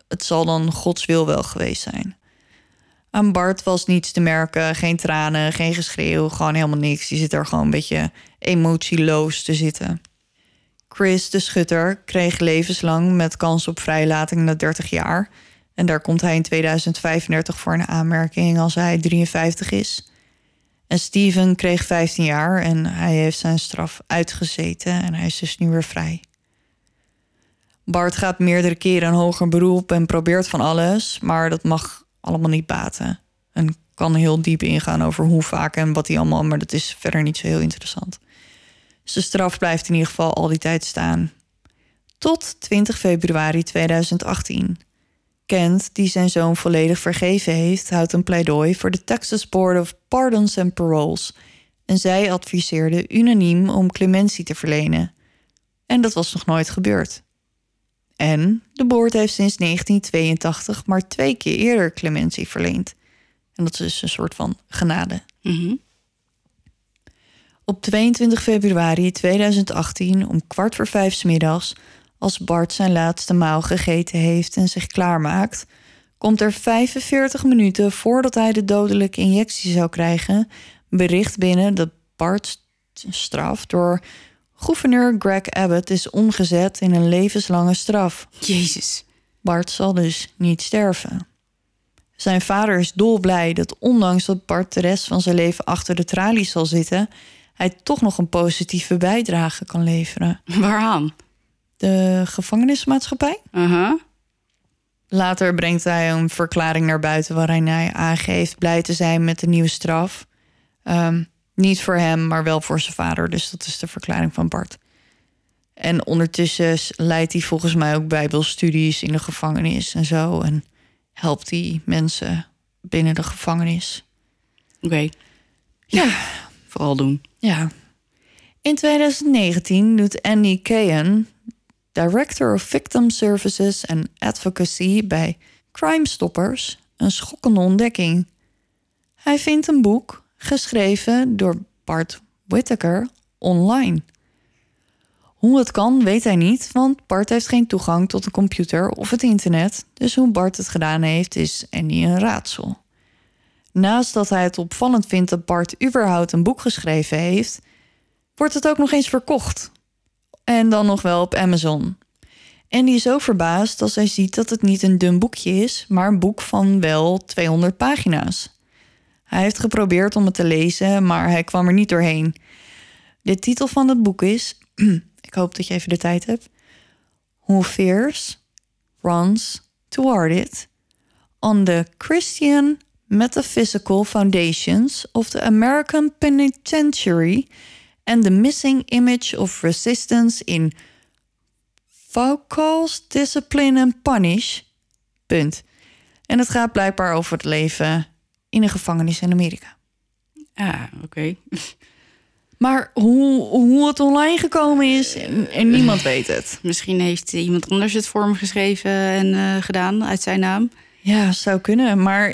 het zal dan Gods wil wel geweest zijn. Aan Bart was niets te merken, geen tranen, geen geschreeuw, gewoon helemaal niks. Die zit er gewoon een beetje emotieloos te zitten. Chris, de schutter, kreeg levenslang met kans op vrijlating na 30 jaar. En daar komt hij in 2035 voor een aanmerking als hij 53 is. En Steven kreeg 15 jaar en hij heeft zijn straf uitgezeten en hij is dus nu weer vrij. Bart gaat meerdere keren een hoger beroep en probeert van alles, maar dat mag allemaal niet baten. En kan heel diep ingaan over hoe vaak en wat hij allemaal, maar dat is verder niet zo heel interessant. Zijn straf blijft in ieder geval al die tijd staan. Tot 20 februari 2018. Kent, die zijn zoon volledig vergeven heeft, houdt een pleidooi voor de Texas Board of Pardons and Paroles. En zij adviseerde unaniem om clementie te verlenen. En dat was nog nooit gebeurd. En de board heeft sinds 1982 maar 2 keer eerder clementie verleend. En dat is dus een soort van genade. Mhm. Op 22 februari 2018 om 4:15 's middags, als Bart zijn laatste maal gegeten heeft en zich klaarmaakt, komt er 45 minuten voordat hij de dodelijke injectie zou krijgen, bericht binnen dat Bart's straf door gouverneur Greg Abbott is omgezet in een levenslange straf. Jezus. Bart zal dus niet sterven. Zijn vader is dolblij dat ondanks dat Bart de rest van zijn leven achter de tralies zal zitten, hij toch nog een positieve bijdrage kan leveren. Waaraan? De gevangenismaatschappij? Later brengt hij een verklaring naar buiten waarin hij aangeeft blij te zijn met de nieuwe straf. Niet voor hem, maar wel voor zijn vader. Dus dat is de verklaring van Bart. En ondertussen leidt hij volgens mij ook bijbelstudies in de gevangenis en zo. En helpt hij mensen binnen de gevangenis. Oké. Ja. Vooral doen. Ja. In 2019 doet Andy Cahan, Director of Victim Services and Advocacy bij Crime Stoppers, een schokkende ontdekking. Hij vindt een boek, geschreven door Bart Whittaker, online. Hoe het kan, weet hij niet, want Bart heeft geen toegang tot een computer of het internet. Dus hoe Bart het gedaan heeft, is Andy een raadsel. Naast dat hij het opvallend vindt dat Bart überhaupt een boek geschreven heeft, wordt het ook nog eens verkocht. En dan nog wel op Amazon. En die is ook verbaasd als hij ziet dat het niet een dun boekje is, maar een boek van wel 200 pagina's. Hij heeft geprobeerd om het te lezen, maar hij kwam er niet doorheen. De titel van het boek is, ik hoop dat je even de tijd hebt, Who Fears Runs Toward It, on the Christian Metaphysical Foundations of the American Penitentiary and the Missing Image of Resistance in Foucault's Discipline and Punish. Punt. En het gaat blijkbaar over het leven in een gevangenis in Amerika. Ah, oké. Maar hoe het online gekomen is, en niemand weet het. Misschien heeft iemand anders het voor hem geschreven en gedaan uit zijn naam. Ja, zou kunnen. Maar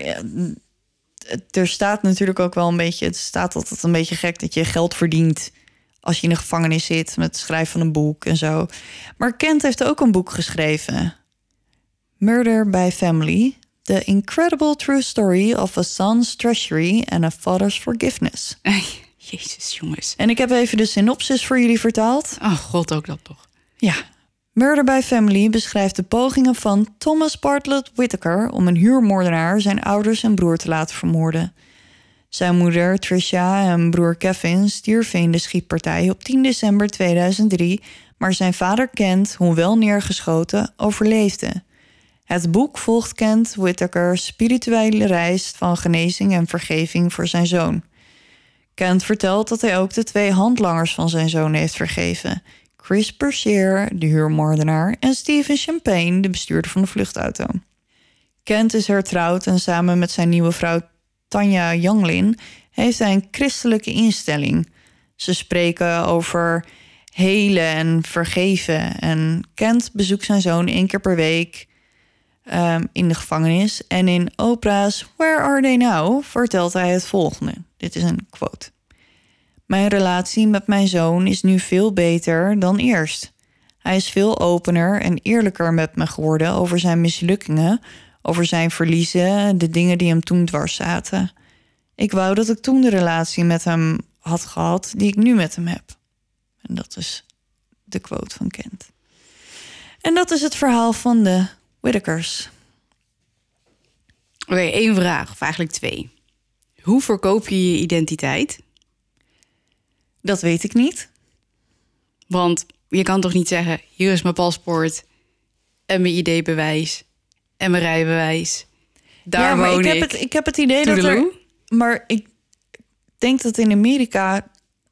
er staat natuurlijk ook wel een beetje, het staat altijd een beetje gek dat je geld verdient als je in de gevangenis zit met het schrijven van een boek en zo. Maar Kent heeft ook een boek geschreven. Murder by Family. The Incredible True Story of a Son's Treasury and a Father's Forgiveness. Jezus, jongens. En ik heb even de synopsis voor jullie vertaald. Oh god, ook dat toch. Ja. Murder by Family beschrijft de pogingen van Thomas Bartlett Whittaker om een huurmoordenaar zijn ouders en broer te laten vermoorden. Zijn moeder Tricia en broer Kevin stierven in de schietpartij op 10 december 2003, maar zijn vader Kent, hoewel neergeschoten, overleefde. Het boek volgt Kent Whittaker's spirituele reis van genezing en vergeving voor zijn zoon. Kent vertelt dat hij ook de 2 handlangers van zijn zoon heeft vergeven. Chris Bergier, de huurmoordenaar, en Stephen Champagne, de bestuurder van de vluchtauto. Kent is hertrouwd en samen met zijn nieuwe vrouw Tanja Younglin heeft hij een christelijke instelling. Ze spreken over helen en vergeven. En Kent bezoekt zijn zoon 1 keer per week in de gevangenis. En in Oprah's Where Are They Now vertelt hij het volgende. Dit is een quote. Mijn relatie met mijn zoon is nu veel beter dan eerst. Hij is veel opener en eerlijker met me geworden over zijn mislukkingen, over zijn verliezen, de dingen die hem toen dwars zaten. Ik wou dat ik toen de relatie met hem had gehad die ik nu met hem heb. En dat is de quote van Kent. En dat is het verhaal van de Whittakers. Oké, 1 vraag, of eigenlijk 2. Hoe verkoop je je identiteit? Dat weet ik niet. Want je kan toch niet zeggen, hier is mijn paspoort en mijn ID-bewijs en mijn rijbewijs. Daar maar woon ik heb het idee dat er... Maar ik denk dat in Amerika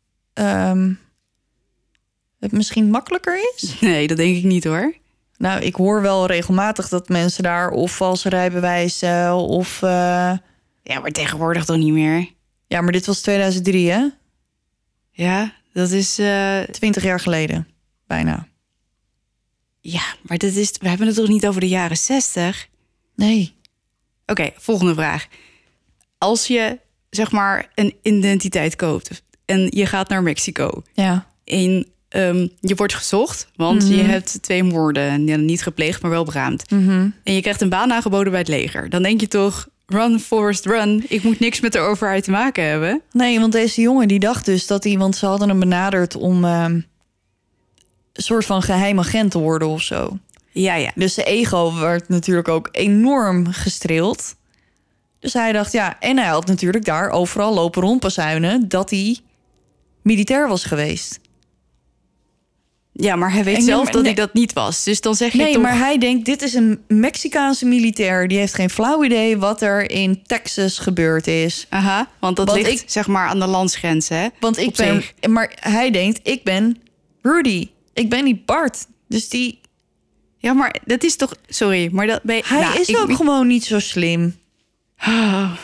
het misschien makkelijker is. Nee, dat denk ik niet hoor. Nou, ik hoor wel regelmatig dat mensen daar of valse rijbewijzen of... Ja, maar tegenwoordig toch niet meer? Ja, maar dit was 2003, hè? Ja, dat is... 20 jaar geleden, bijna. Ja, maar dat is... We hebben het toch niet over de jaren 60? Nee. Oké, volgende vraag. Als je, zeg maar, een identiteit koopt en je gaat naar Mexico... Ja. En je wordt gezocht, want je hebt 2 moorden. Niet gepleegd, maar wel beraamd. En je krijgt een baan aangeboden bij het leger. Dan denk je toch, run, Forrest, run. Ik moet niks met de overheid te maken hebben. Nee, want deze jongen die dacht dus dat hij... Want ze hadden hem benaderd om een soort van geheim agent te worden of zo. Ja. Dus zijn ego werd natuurlijk ook enorm gestreeld. Dus hij dacht, ja... En hij had natuurlijk daar overal lopen rondbazuinen... dat hij militair was geweest. Ja, maar hij weet zelf dat hij dat niet was. Dus dan zeg je nee, toch... maar hij denkt, dit is een Mexicaanse militair. Die heeft geen flauw idee wat er in Texas gebeurd is. Aha, want dat ligt zeg maar aan de landsgrens, hè? Want ik ben... Maar hij denkt, ik ben Rudy. Ik ben niet Bart. Dus die... Ja, maar dat is toch... Sorry, maar dat... Hij is ook gewoon niet zo slim. Oh.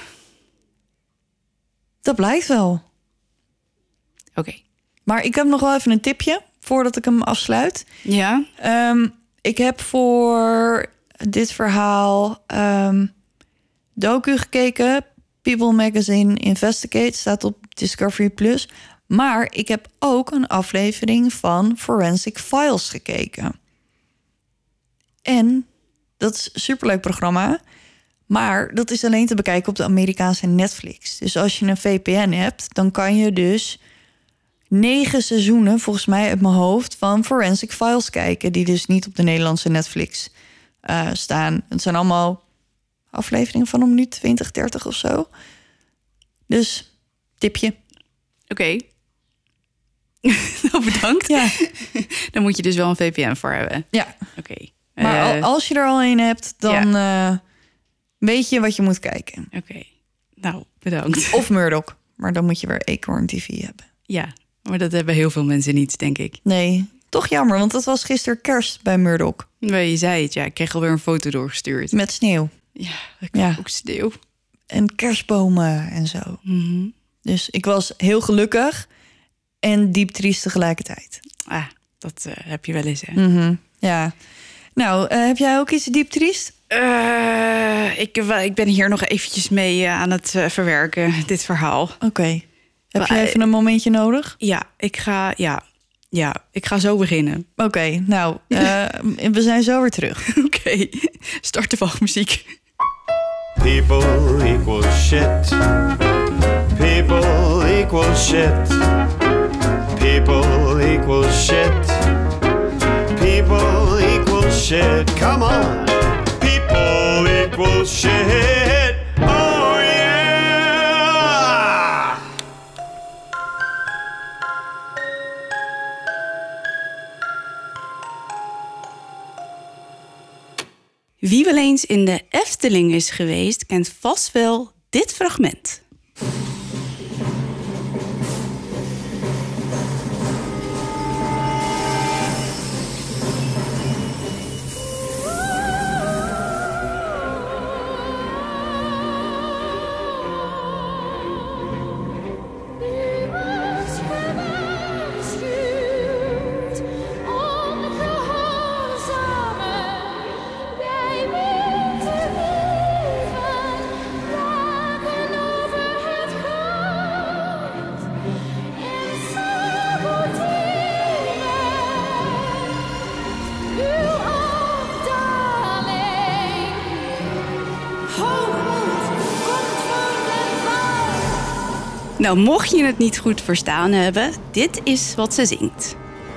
Dat blijkt wel. Oké. Maar ik heb nog wel even een tipje... voordat ik hem afsluit. Ja? Ik heb voor dit verhaal docu gekeken. People Magazine Investigate staat op Discovery Plus. Maar ik heb ook een aflevering van Forensic Files gekeken. En dat is een superleuk programma. Maar dat is alleen te bekijken op de Amerikaanse Netflix. Dus als je een VPN hebt, dan kan je dus 9 seizoenen, volgens mij uit mijn hoofd, van Forensic Files kijken, die dus niet op de Nederlandse Netflix staan. Het zijn allemaal afleveringen van een minuut 20, 30 of zo. Dus, tipje. Oké. Nou, bedankt. Ja. Dan moet je dus wel een VPN voor hebben. Ja. Oké. Maar als je er al een hebt, dan weet je wat je moet kijken. Oké. Nou, bedankt. Of Murdoch. Maar dan moet je weer Acorn TV hebben. Ja, maar dat hebben heel veel mensen niet, denk ik. Nee, toch jammer, want het was gisteren kerst bij Murdoch. Maar je zei het, ja. Ik kreeg alweer een foto doorgestuurd. Met sneeuw. Ja, ook sneeuw. En kerstbomen en zo. Dus ik was heel gelukkig en diep triest tegelijkertijd. Ah, dat heb je wel eens, hè? Ja. Nou, heb jij ook iets diep triest? Ik ben hier nog eventjes mee aan het verwerken, dit verhaal. Oké. Heb je even een momentje nodig? Ja, ik ga zo beginnen. Oké, nou, we zijn zo weer terug. Oké, start de wachtmuziek. People equal shit. People equal shit. People equal shit. People equal shit. Come on. People equal shit. Oh yeah. Wie wel eens in de Efteling is geweest, kent vast wel dit fragment. Baby, to leave Nou, mocht je het niet goed verstaan hebben, dit is wat ze zingt.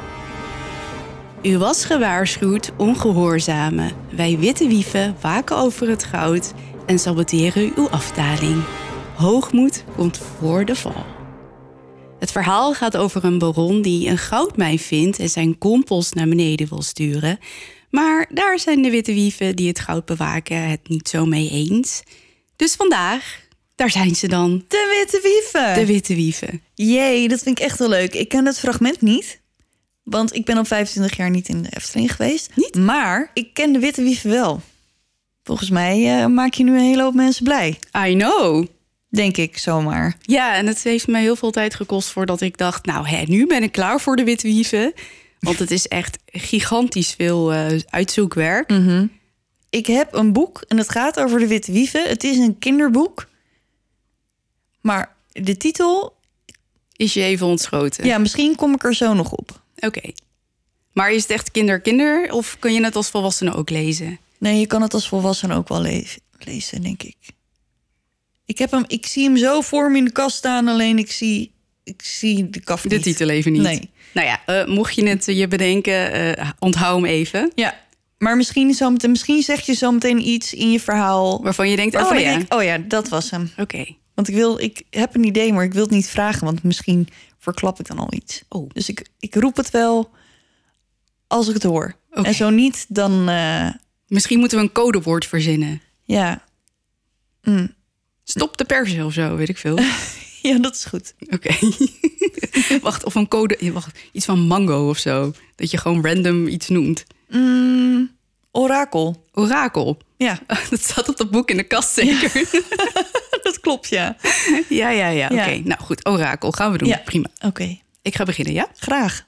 U was gewaarschuwd, ongehoorzamen. Wij witte wieven waken over het goud en saboteren uw afdaling. Hoogmoed komt voor de val. Het verhaal gaat over een baron die een goudmijn vindt en zijn kompels naar beneden wil sturen. Maar daar zijn de witte wieven die het goud bewaken het niet zo mee eens. Dus vandaag, daar zijn ze dan. De witte wieven. De witte wieven. Jee, dat vind ik echt heel leuk. Ik ken het fragment niet. Want ik ben al 25 jaar niet in de Efteling geweest. Niet? Maar ik ken de witte wieven wel. Volgens mij maak je nu een hele hoop mensen blij. I know. Denk ik zomaar. Ja, en het heeft me heel veel tijd gekost voordat ik dacht... nou, nu ben ik klaar voor de witte wieven. Want het is echt gigantisch veel uitzoekwerk. Mm-hmm. Ik heb een boek en het gaat over de witte wieven. Het is een kinderboek. Maar de titel... Is je even ontschoten? Ja, misschien kom ik er zo nog op. Oké. Maar is het echt kinder of kun je het als volwassene ook lezen? Nee, je kan het als volwassene ook wel lezen, denk ik. Ik zie hem zo voor me in de kast staan, alleen ik zie de kaft niet. De titel even niet. Nee. Nou ja, mocht je het je bedenken, onthoud hem even. Ja, maar misschien zeg je zo meteen iets in je verhaal... Waarvan je denkt, oh ja, dat was hem. Oké. Want ik heb een idee, maar ik wil het niet vragen... want misschien verklap ik dan al iets. Oh. Dus ik roep het wel als ik het hoor. Okay. En zo niet, dan... Misschien moeten we een codewoord verzinnen. Ja. Stop de persen of zo, weet ik veel. Ja, dat is goed. Oké. Wacht, of een code... Wacht, iets van mango of zo. Dat je gewoon random iets noemt. Orakel. Orakel. Ja. Dat staat op dat boek in de kast zeker. Ja. Dat klopt, ja. Ja. Oké. Nou goed, orakel gaan we doen. Ja. Prima. Oké. Ik ga beginnen, ja? Graag.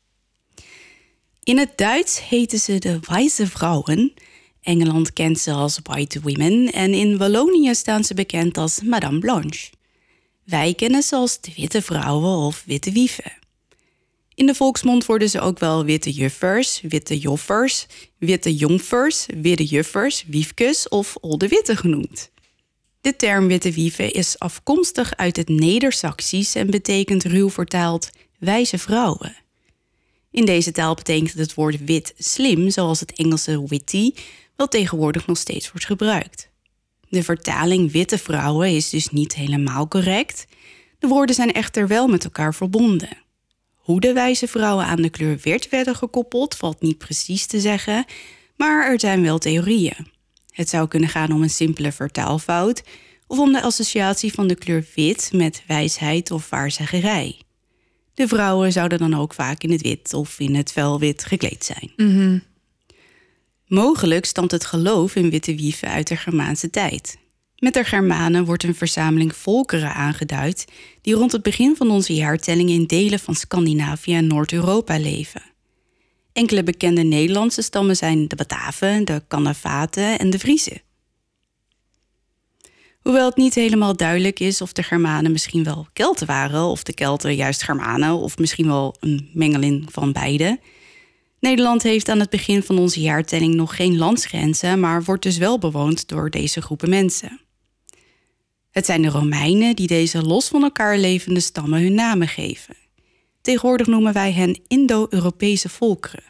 In het Duits heten ze de wijze vrouwen. Engeland kent ze als white women. En in Wallonië staan ze bekend als Madame Blanche. Wij kennen ze als de witte vrouwen of witte wieven. In de volksmond worden ze ook wel witte juffers, witte joffers, witte jongfers, witte juffers, wiefkes of olde witte genoemd. De term witte wieven is afkomstig uit het Neder-Saksisch en betekent ruw vertaald wijze vrouwen. In deze taal betekent het woord wit slim, zoals het Engelse witty, wat tegenwoordig nog steeds wordt gebruikt. De vertaling witte vrouwen is dus niet helemaal correct. De woorden zijn echter wel met elkaar verbonden. Hoe de wijze vrouwen aan de kleur wit werden gekoppeld, valt niet precies te zeggen, maar er zijn wel theorieën. Het zou kunnen gaan om een simpele vertaalfout of om de associatie van de kleur wit met wijsheid of waarzeggerij. De vrouwen zouden dan ook vaak in het wit of in het felwit gekleed zijn. Mm-hmm. Mogelijk stamt het geloof in witte wieven uit de Germaanse tijd. Met de Germanen wordt een verzameling volkeren aangeduid die rond het begin van onze jaartelling in delen van Scandinavië en Noord-Europa leven. Enkele bekende Nederlandse stammen zijn de Bataven, de Canavaten en de Friezen. Hoewel het niet helemaal duidelijk is of de Germanen misschien wel Kelten waren of de Kelten juist Germanen of misschien wel een mengeling van beide. Nederland heeft aan het begin van onze jaartelling nog geen landsgrenzen, maar wordt dus wel bewoond door deze groepen mensen. Het zijn de Romeinen die deze los van elkaar levende stammen hun namen geven. Tegenwoordig noemen wij hen Indo-Europese volkeren.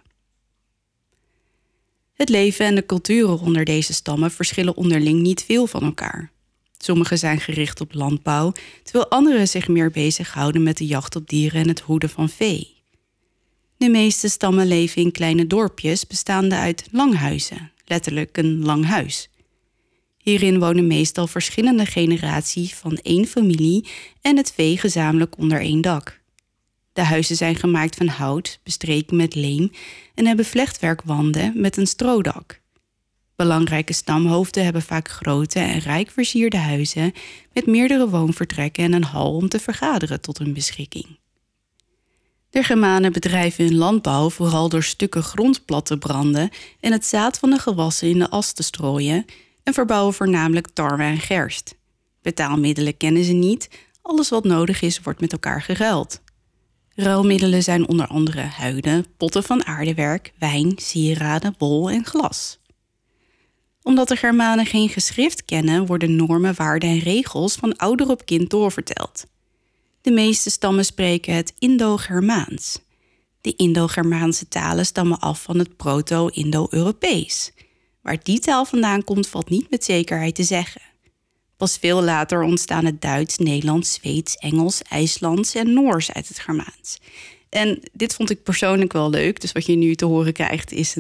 Het leven en de culturen onder deze stammen verschillen onderling niet veel van elkaar. Sommige zijn gericht op landbouw, terwijl anderen zich meer bezighouden met de jacht op dieren en het hoeden van vee. De meeste stammen leven in kleine dorpjes bestaande uit langhuizen, letterlijk een lang huis. Hierin wonen meestal verschillende generaties van één familie en het vee gezamenlijk onder één dak. De huizen zijn gemaakt van hout, bestreken met leem en hebben vlechtwerkwanden met een stroodak. Belangrijke stamhoofden hebben vaak grote en rijk versierde huizen met meerdere woonvertrekken en een hal om te vergaderen tot hun beschikking. De Germanen bedrijven hun landbouw vooral door stukken grond plat te branden en het zaad van de gewassen in de as te strooien en verbouwen voornamelijk tarwe en gerst. Betaalmiddelen kennen ze niet, alles wat nodig is wordt met elkaar geruild. Ruilmiddelen zijn onder andere huiden, potten van aardewerk, wijn, sieraden, bol en glas. Omdat de Germanen geen geschrift kennen, worden normen, waarden en regels van ouder op kind doorverteld. De meeste stammen spreken het Indo-Germaans. De Indo-Germaanse talen stammen af van het Proto-Indo-Europees. Waar die taal vandaan komt, valt niet met zekerheid te zeggen. Pas veel later ontstaan het Duits, Nederlands, Zweeds, Engels, IJslands en Noors uit het Germaans. En dit vond ik persoonlijk wel leuk. Dus wat je nu te horen krijgt is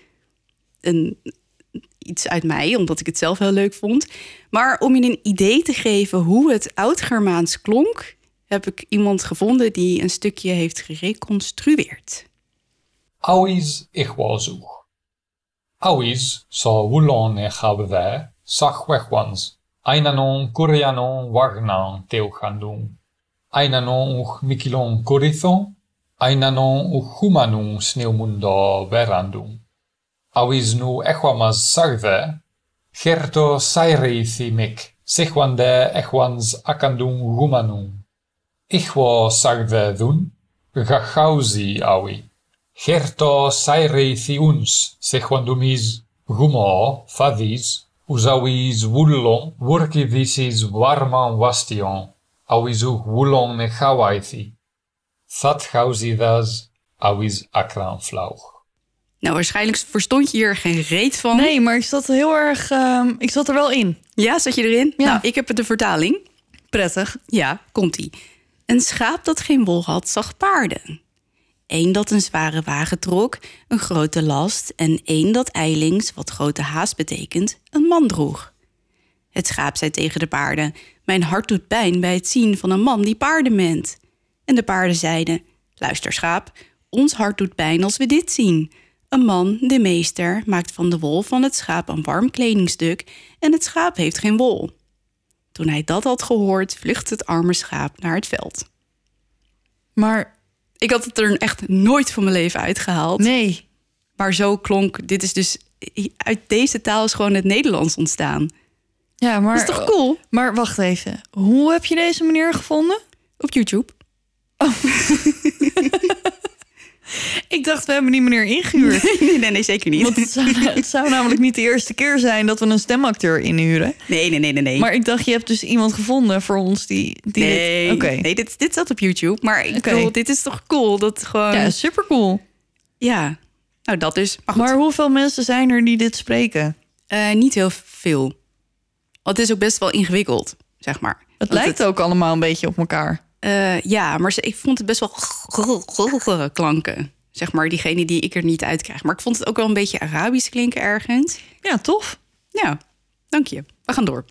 iets uit mij, omdat ik het zelf heel leuk vond. Maar om je een idee te geven hoe het Oud-Germaans klonk, heb ik iemand gevonden die een stukje heeft gereconstrueerd. Awis ichwazuch. Awis sa wulon echabwe, sachwechwans. Ainanon kurianon wagnan teochandung. Ainanon uch mikilon kurithon. Ainanon uch humanung sneeuwmunda verandung. Awis nu echwamas sarve. Gerto sairithimik. Sechwande echwans akandung humanung. Ichwa sarve dun. Gachauzi awi. Gerto sairithi uns. Sechwandumis humo fadis. Usawis wulon, wurkivisis warman wastion, awizuch wulon nechawaithi. That gauzidas, awis akran flauch. Nou, waarschijnlijk verstond je hier geen reet van. Nee, maar ik zat heel erg... ik zat er wel in. Ja, zat je erin? Ja. Nou, ik heb de vertaling. Prettig. Ja, komt-ie. Een schaap dat geen wol had, zag paarden. Eén dat een zware wagen trok, een grote last, en één dat ijlings, wat grote haast betekent, een man droeg. Het schaap zei tegen de paarden: mijn hart doet pijn bij het zien van een man die paarden ment. En de paarden zeiden: luister schaap, ons hart doet pijn als we dit zien. Een man, de meester, maakt van de wol van het schaap een warm kledingstuk en het schaap heeft geen wol. Toen hij dat had gehoord, vluchtte het arme schaap naar het veld. Maar Ik had het er echt nooit van mijn leven uitgehaald. nee, Maar zo klonk, dit is dus, uit deze taal is gewoon het Nederlands ontstaan. ja, maar... Dat is toch cool? Maar wacht even. Hoe heb je deze meneer gevonden? Op YouTube. Ik dacht, we hebben die meneer ingehuurd. Nee, zeker niet. Want het zou namelijk niet de eerste keer zijn dat we een stemacteur inhuren. Nee. Maar ik dacht, je hebt dus iemand gevonden voor ons die nee, Oké. nee dit zat op YouTube. Maar ik Oké. bedoel, dit is toch cool? Dat gewoon... Ja, supercool. Ja, nou dat dus. Maar, goed. Maar hoeveel mensen zijn er die dit spreken? Niet heel veel. Want het is ook best wel ingewikkeld, zeg maar. Het Want lijkt ook allemaal een beetje op elkaar. ja, maar ik vond het best wel klanken. Zeg maar, diegene die ik er niet uit krijg. Maar ik vond het ook wel een beetje Arabisch klinken ergens. Ja, tof. Ja, dank je. We gaan door.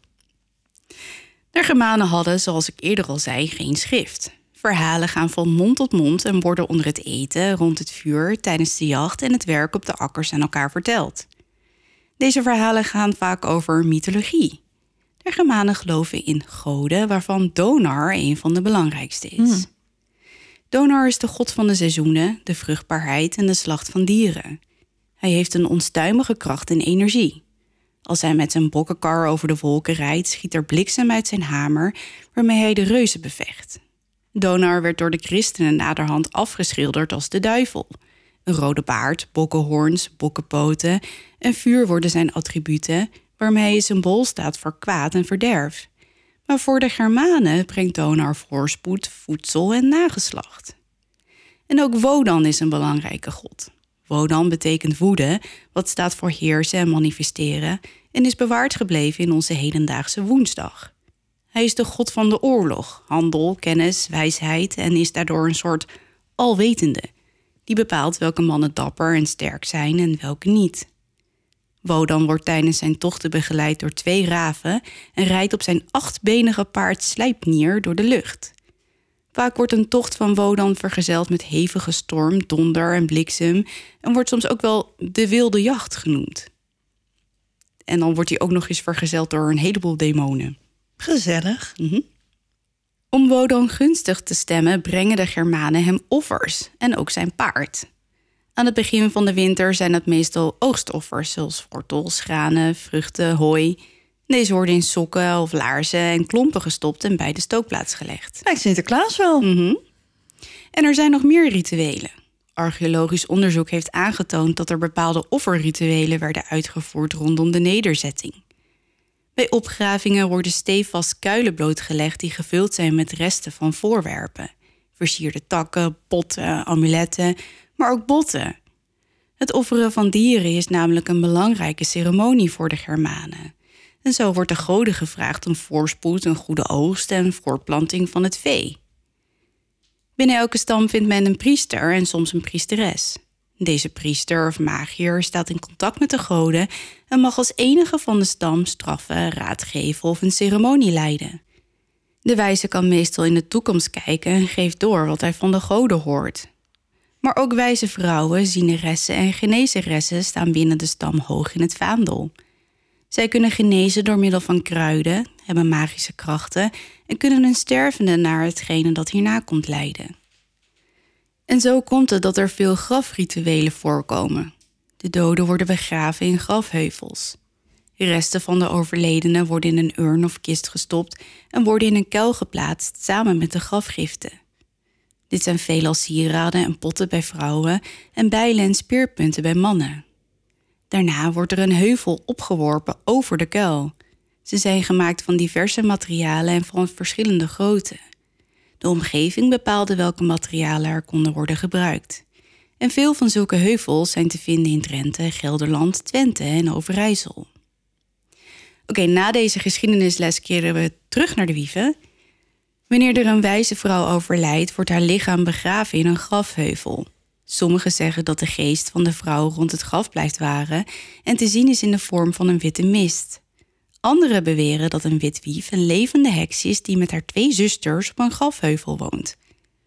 De Germanen hadden, zoals ik eerder al zei, geen schrift. Verhalen gaan van mond tot mond en worden onder het eten, rond het vuur, tijdens de jacht en het werk op de akkers aan elkaar verteld. Deze verhalen gaan vaak over mythologie. De Germanen geloven in goden, waarvan Donar een van de belangrijkste is. Donar is de god van de seizoenen, de vruchtbaarheid en de slacht van dieren. Hij heeft een onstuimige kracht en energie. Als hij met zijn bokkenkar over de wolken rijdt, schiet er bliksem uit zijn hamer, waarmee hij de reuzen bevecht. Donar werd door de christenen naderhand afgeschilderd als de duivel. Een rode baard, bokkenhoorns, bokkenpoten en vuur worden zijn attributen, waarmee hij symbool staat voor kwaad en verderf. Maar voor de Germanen brengt Donar voorspoed, voedsel en nageslacht. En ook Wodan is een belangrijke god. Wodan betekent woede, wat staat voor heersen en manifesteren, en is bewaard gebleven in onze hedendaagse woensdag. Hij is de god van de oorlog, handel, kennis, wijsheid en is daardoor een soort alwetende, die bepaalt welke mannen dapper en sterk zijn en welke niet. Wodan wordt tijdens zijn tochten begeleid door 2 raven en rijdt op zijn 8-benige paard Sleipnir door de lucht. Vaak wordt een tocht van Wodan vergezeld met hevige storm, donder en bliksem en wordt soms ook wel de wilde jacht genoemd. En dan wordt hij ook nog eens vergezeld door een heleboel demonen. Gezellig. Om Wodan gunstig te stemmen brengen de Germanen hem offers en ook zijn paard. Aan het begin van de winter zijn het meestal oogstoffers, zoals wortels, granen, vruchten, hooi. Deze worden in sokken of laarzen en klompen gestopt en bij de stookplaats gelegd. Lijkt Sinterklaas wel. En er zijn nog meer rituelen. Archeologisch onderzoek heeft aangetoond dat er bepaalde offerrituelen werden uitgevoerd rondom de nederzetting. Bij opgravingen worden stevast kuilen blootgelegd die gevuld zijn met resten van voorwerpen. Versierde takken, potten, amuletten, maar ook botten. Het offeren van dieren is namelijk een belangrijke ceremonie voor de Germanen. En zo wordt de goden gevraagd om voorspoed, een goede oogst en voortplanting van het vee. Binnen elke stam vindt men een priester en soms een priesteres. Deze priester of magiër staat in contact met de goden en mag als enige van de stam straffen, raad geven of een ceremonie leiden. De wijze kan meestal in de toekomst kijken en geeft door wat hij van de goden hoort. Maar ook wijze vrouwen, zieneressen en genezeressen staan binnen de stam hoog in het vaandel. Zij kunnen genezen door middel van kruiden, hebben magische krachten en kunnen een stervende naar hetgene dat hierna komt leiden. En zo komt het dat er veel grafrituelen voorkomen. De doden worden begraven in grafheuvels. De resten van de overledene worden in een urn of kist gestopt en worden in een kuil geplaatst samen met de grafgiften. Dit zijn veelal sieraden en potten bij vrouwen en bijlen en speerpunten bij mannen. Daarna wordt er een heuvel opgeworpen over de kuil. Ze zijn gemaakt van diverse materialen en van verschillende grootte. De omgeving bepaalde welke materialen er konden worden gebruikt. En veel van zulke heuvels zijn te vinden in Drenthe, Gelderland, Twente en Overijssel. Oké, na deze geschiedenisles keren we terug naar de wieven. Wanneer er een wijze vrouw overlijdt, wordt haar lichaam begraven in een grafheuvel. Sommigen zeggen dat de geest van de vrouw rond het graf blijft waren en te zien is in de vorm van een witte mist. Anderen beweren dat een witwief een levende heks is die met haar 2 zusters op een grafheuvel woont.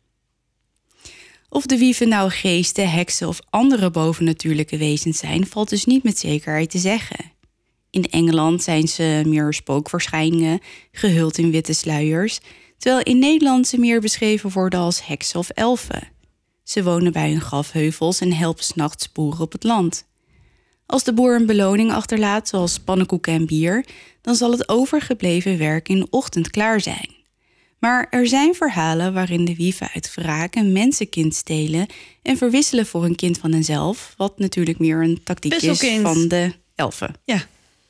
Of de wieven nou geesten, heksen of andere bovennatuurlijke wezens zijn, valt dus niet met zekerheid te zeggen. In Engeland zijn ze meer spookverschijningen, gehuld in witte sluiers, terwijl in Nederland ze meer beschreven worden als heksen of elfen. Ze wonen bij hun grafheuvels en helpen 's nachts boeren op het land. Als de boer een beloning achterlaat, zoals pannenkoeken en bier, dan zal het overgebleven werk in de ochtend klaar zijn. Maar er zijn verhalen waarin de wieven uit wraak een mensenkind stelen en verwisselen voor een kind van henzelf, wat natuurlijk meer een tactiek is van de elfen. Ja.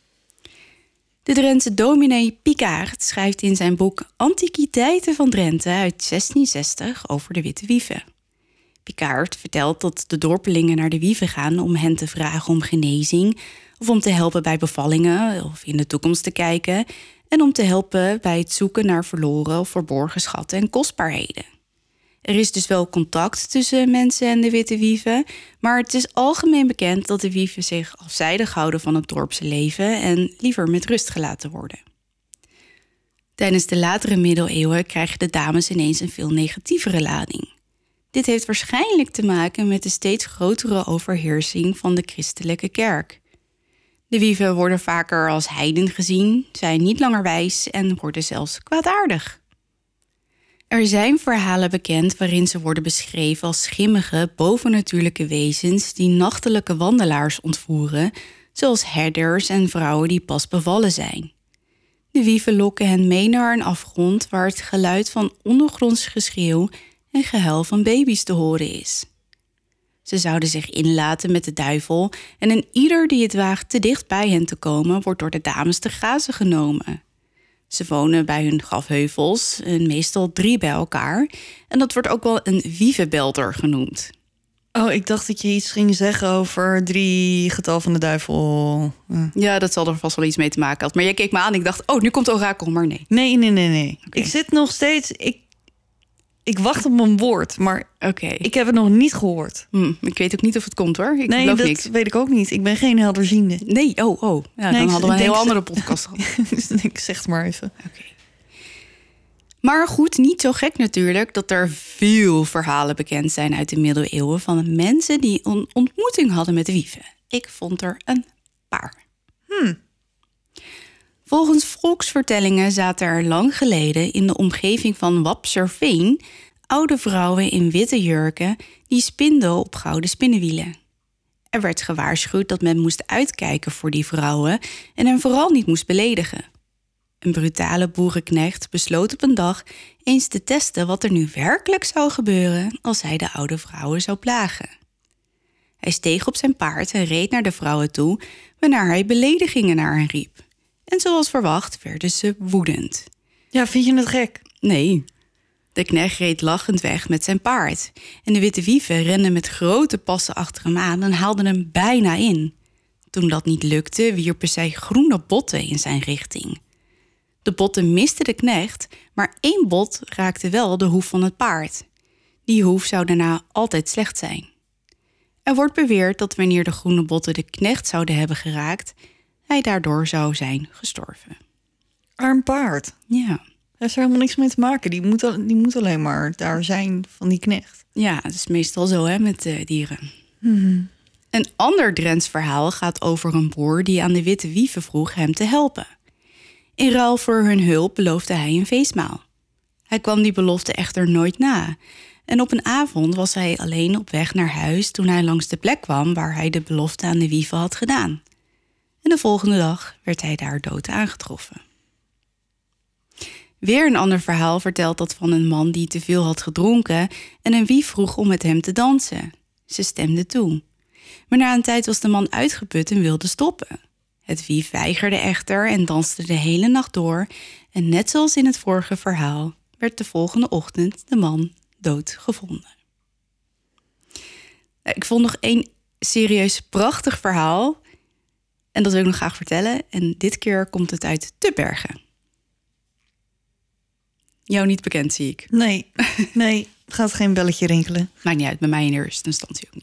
De Drentse dominee Picard schrijft in zijn boek Antiquiteiten van Drenthe uit 1660 over de witte wieven. Picard vertelt dat de dorpelingen naar de wieven gaan om hen te vragen om genezing, of om te helpen bij bevallingen of in de toekomst te kijken, en om te helpen bij het zoeken naar verloren of verborgen schatten en kostbaarheden. Er is dus wel contact tussen mensen en de witte wieven, maar het is algemeen bekend dat de wieven zich afzijdig houden van het dorpse leven en liever met rust gelaten worden. Tijdens de latere middeleeuwen krijgen de dames ineens een veel negatievere lading. Dit heeft waarschijnlijk te maken met de steeds grotere overheersing van de christelijke kerk. De wieven worden vaker als heiden gezien, zijn niet langer wijs en worden zelfs kwaadaardig. Er zijn verhalen bekend waarin ze worden beschreven als schimmige, bovennatuurlijke wezens die nachtelijke wandelaars ontvoeren, zoals herders en vrouwen die pas bevallen zijn. De wieven lokken hen mee naar een afgrond waar het geluid van ondergronds geschreeuw en gehuil van baby's te horen is. Ze zouden zich inlaten met de duivel en een ieder die het waagt te dicht bij hen te komen, wordt door de dames te grazen genomen. Ze wonen bij hun grafheuvels, meestal 3 bij elkaar, en dat wordt ook wel een wievenbelder genoemd. Oh, ik dacht dat je iets ging zeggen over 3 getal van de duivel. Ja, dat zal er vast wel iets mee te maken hebben. Maar jij keek me aan en ik dacht, oh, nu komt orakel, maar nee. Nee. Oké. Ik zit nog steeds... Ik wacht op mijn woord, maar Oké. ik heb het nog niet gehoord. Ik weet ook niet of het komt, hoor. Ik Nee, geloof dat niks. weet ik ook niet. Ik ben geen helderziende. Nee, oh. Ja, Nee, dan ik hadden we een denk heel ze- andere podcast gehad. Dus ik zeg het maar even. Oké. Maar goed, niet zo gek natuurlijk dat er veel verhalen bekend zijn uit de middeleeuwen van mensen die een ontmoeting hadden met de wieven. Ik vond er een paar. Volgens volksvertellingen zaten er lang geleden in de omgeving van Wapserveen oude vrouwen in witte jurken die spinden op gouden spinnenwielen. Er werd gewaarschuwd dat men moest uitkijken voor die vrouwen en hen vooral niet moest beledigen. Een brutale boerenknecht besloot op een dag eens te testen wat er nu werkelijk zou gebeuren als hij de oude vrouwen zou plagen. Hij steeg op zijn paard en reed naar de vrouwen toe, waarna hij beledigingen naar hen riep. En zoals verwacht werden ze woedend. Ja, vind je het gek? Nee. De knecht reed lachend weg met zijn paard. En de witte wieven renden met grote passen achter hem aan en haalden hem bijna in. Toen dat niet lukte, wierpen zij groene botten in zijn richting. De botten misten de knecht, maar 1 bot raakte wel de hoef van het paard. Die hoef zou daarna altijd slecht zijn. Er wordt beweerd dat wanneer de groene botten de knecht zouden hebben geraakt, hij daardoor zou zijn gestorven. Arm paard. Ja. Heeft er helemaal niks mee te maken. Die moet alleen maar daar zijn van die knecht. Ja, het is meestal zo hè, met dieren. Mm-hmm. Een ander Drents verhaal gaat over een boer die aan de witte wieven vroeg hem te helpen. In ruil voor hun hulp beloofde hij een feestmaal. Hij kwam die belofte echter nooit na. En op een avond was hij alleen op weg naar huis toen hij langs de plek kwam waar hij de belofte aan de wieven had gedaan. En de volgende dag werd hij daar dood aangetroffen. Weer een ander verhaal vertelt dat van een man die te veel had gedronken en een wief vroeg om met hem te dansen. Ze stemde toe. Maar na een tijd was de man uitgeput en wilde stoppen. Het wief weigerde echter en danste de hele nacht door. En net zoals in het vorige verhaal werd de volgende ochtend de man dood gevonden. Ik vond nog 1 serieus prachtig verhaal. En dat wil ik nog graag vertellen. En dit keer komt het uit Tubbergen. Jou niet bekend, zie ik. Nee, gaat geen belletje rinkelen. Maakt niet uit, bij mij in eerste instantie ook niet.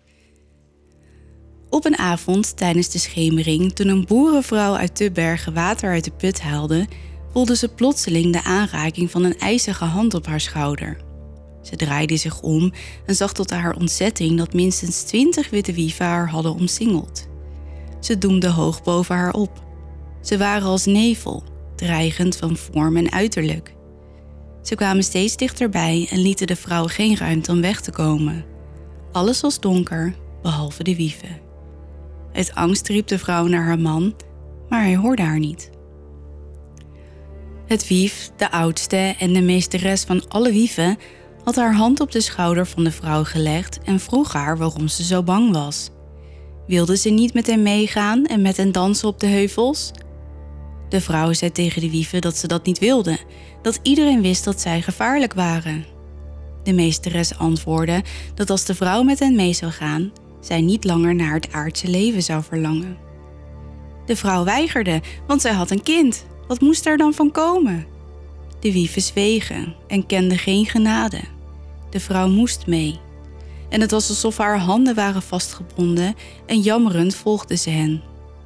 Op een avond tijdens de schemering, toen een boerenvrouw uit Tubbergen water uit de put haalde, voelde ze plotseling de aanraking van een ijzige hand op haar schouder. Ze draaide zich om en zag tot haar ontzetting dat minstens 20 witte wieven haar hadden omsingeld. Ze doemden hoog boven haar op. Ze waren als nevel, dreigend van vorm en uiterlijk. Ze kwamen steeds dichterbij en lieten de vrouw geen ruimte om weg te komen. Alles was donker, behalve de wieven. Uit angst riep de vrouw naar haar man, maar hij hoorde haar niet. Het wief, de oudste en de meesteres van alle wieven, had haar hand op de schouder van de vrouw gelegd en vroeg haar waarom ze zo bang was. Wilde ze niet met hem meegaan en met hen dansen op de heuvels? De vrouw zei tegen de wieven dat ze dat niet wilde, dat iedereen wist dat zij gevaarlijk waren. De meesteres antwoordde dat als de vrouw met hen mee zou gaan, zij niet langer naar het aardse leven zou verlangen. De vrouw weigerde, want zij had een kind. Wat moest er dan van komen? De wieven zwegen en kenden geen genade. De vrouw moest mee. En het was alsof haar handen waren vastgebonden en jammerend volgde ze hen.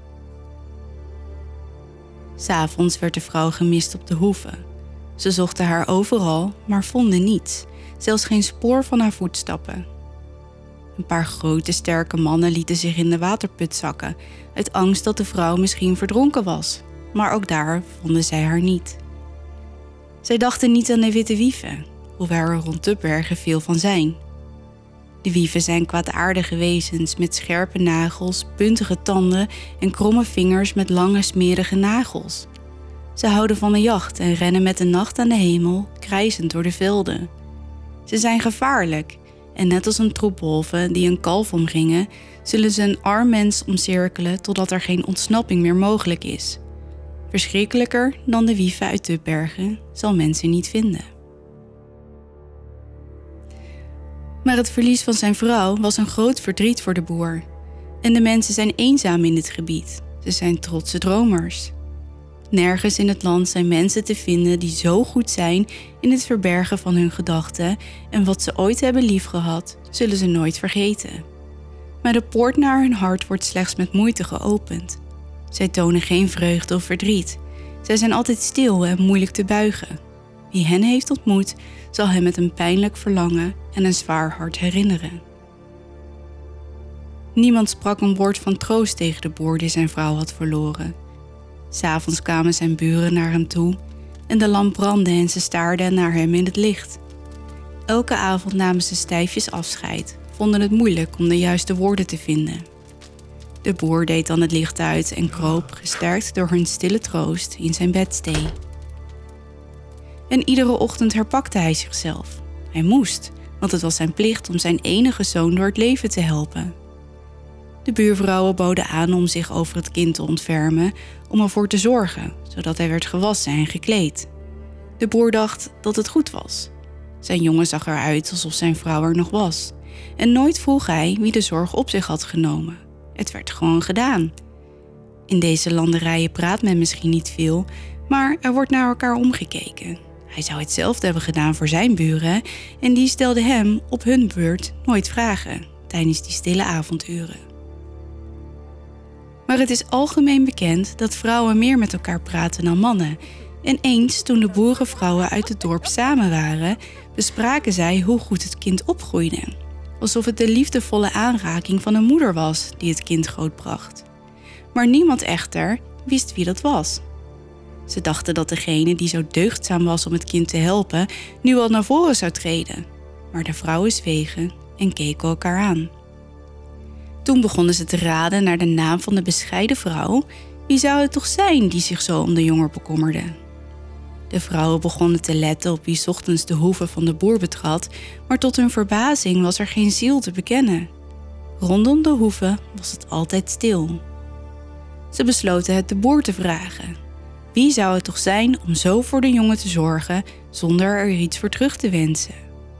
'S Avonds werd de vrouw gemist op de hoeve. Ze zochten haar overal, maar vonden niets, zelfs geen spoor van haar voetstappen. Een paar grote, sterke mannen lieten zich in de waterput zakken, uit angst dat de vrouw misschien verdronken was, maar ook daar vonden zij haar niet. Zij dachten niet aan de witte wieven, hoewel er rond Tubbergen veel van zijn. De wieven zijn kwaadaardige wezens met scherpe nagels, puntige tanden en kromme vingers met lange smerige nagels. Ze houden van de jacht en rennen met de nacht aan de hemel, krijzend door de velden. Ze zijn gevaarlijk en net als een troep wolven die een kalf omringen, zullen ze een arm mens omcirkelen totdat er geen ontsnapping meer mogelijk is. Verschrikkelijker dan de wieven uit Tubbergen zal mensen niet vinden. Maar het verlies van zijn vrouw was een groot verdriet voor de boer. En de mensen zijn eenzaam in dit gebied. Ze zijn trotse dromers. Nergens in het land zijn mensen te vinden die zo goed zijn in het verbergen van hun gedachten en wat ze ooit hebben liefgehad, zullen ze nooit vergeten. Maar de poort naar hun hart wordt slechts met moeite geopend. Zij tonen geen vreugde of verdriet. Zij zijn altijd stil en moeilijk te buigen. Wie hen heeft ontmoet, zal hem met een pijnlijk verlangen en een zwaar hart herinneren. Niemand sprak een woord van troost tegen de boer die zijn vrouw had verloren. 'S Avonds kwamen zijn buren naar hem toe en de lamp brandde en ze staarden naar hem in het licht. Elke avond namen ze stijfjes afscheid, vonden het moeilijk om de juiste woorden te vinden. De boer deed dan het licht uit en kroop, gesterkt door hun stille troost, in zijn bedstee. En iedere ochtend herpakte hij zichzelf. Hij moest, want het was zijn plicht om zijn enige zoon door het leven te helpen. De buurvrouwen boden aan om zich over het kind te ontfermen, om ervoor te zorgen, zodat hij werd gewassen en gekleed. De boer dacht dat het goed was. Zijn jongen zag eruit alsof zijn vrouw er nog was. En nooit vroeg hij wie de zorg op zich had genomen. Het werd gewoon gedaan. In deze landerijen praat men misschien niet veel, maar er wordt naar elkaar omgekeken. Hij zou hetzelfde hebben gedaan voor zijn buren en die stelden hem op hun beurt nooit vragen tijdens die stille avonduren. Maar het is algemeen bekend dat vrouwen meer met elkaar praten dan mannen. En eens toen de boerenvrouwen uit het dorp samen waren, bespraken zij hoe goed het kind opgroeide. Alsof het de liefdevolle aanraking van een moeder was die het kind grootbracht. Maar niemand echter wist wie dat was. Ze dachten dat degene die zo deugdzaam was om het kind te helpen, nu al naar voren zou treden. Maar de vrouwen zwegen en keken elkaar aan. Toen begonnen ze te raden naar de naam van de bescheiden vrouw. Wie zou het toch zijn die zich zo om de jongen bekommerde? De vrouwen begonnen te letten op wie 's ochtends de hoeve van de boer betrad, maar tot hun verbazing was er geen ziel te bekennen. Rondom de hoeve was het altijd stil. Ze besloten het de boer te vragen. Wie zou het toch zijn om zo voor de jongen te zorgen zonder er iets voor terug te wensen?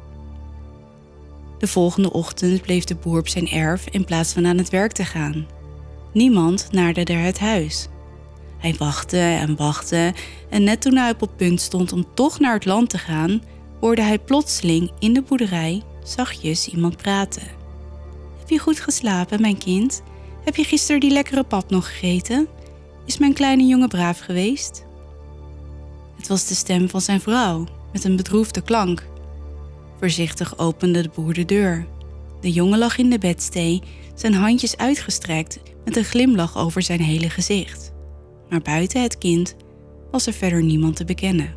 De volgende ochtend bleef de boer op zijn erf in plaats van aan het werk te gaan. Niemand naderde het huis. Hij wachtte en net toen hij op het punt stond om toch naar het land te gaan, hoorde hij plotseling in de boerderij zachtjes iemand praten. Heb je goed geslapen, mijn kind? Heb je gisteren die lekkere pap nog gegeten? Is mijn kleine jongen braaf geweest? Het was de stem van zijn vrouw met een bedroefde klank. Voorzichtig opende de boer de deur. De jongen lag in de bedstee, zijn handjes uitgestrekt met een glimlach over zijn hele gezicht. Maar buiten het kind was er verder niemand te bekennen.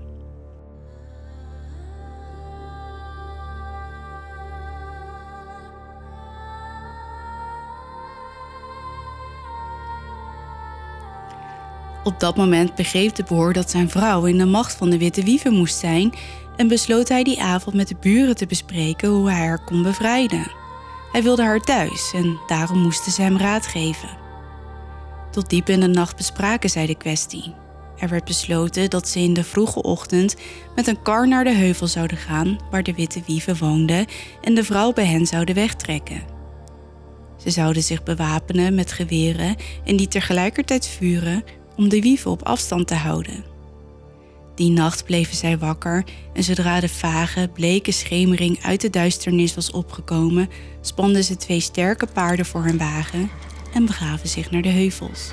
Op dat moment begreep de boer dat zijn vrouw in de macht van de witte wieven moest zijn en besloot hij die avond met de buren te bespreken hoe hij haar kon bevrijden. Hij wilde haar thuis en daarom moesten ze hem raad geven. Tot diep in de nacht bespraken zij de kwestie. Er werd besloten dat ze in de vroege ochtend met een kar naar de heuvel zouden gaan waar de witte wieven woonden en de vrouw bij hen zouden wegtrekken. Ze zouden zich bewapenen met geweren en die tegelijkertijd vuren om de wieven op afstand te houden. Die nacht bleven zij wakker en zodra de vage, bleke schemering uit de duisternis was opgekomen, spanden ze 2 sterke paarden voor hun wagen en begaven zich naar de heuvels.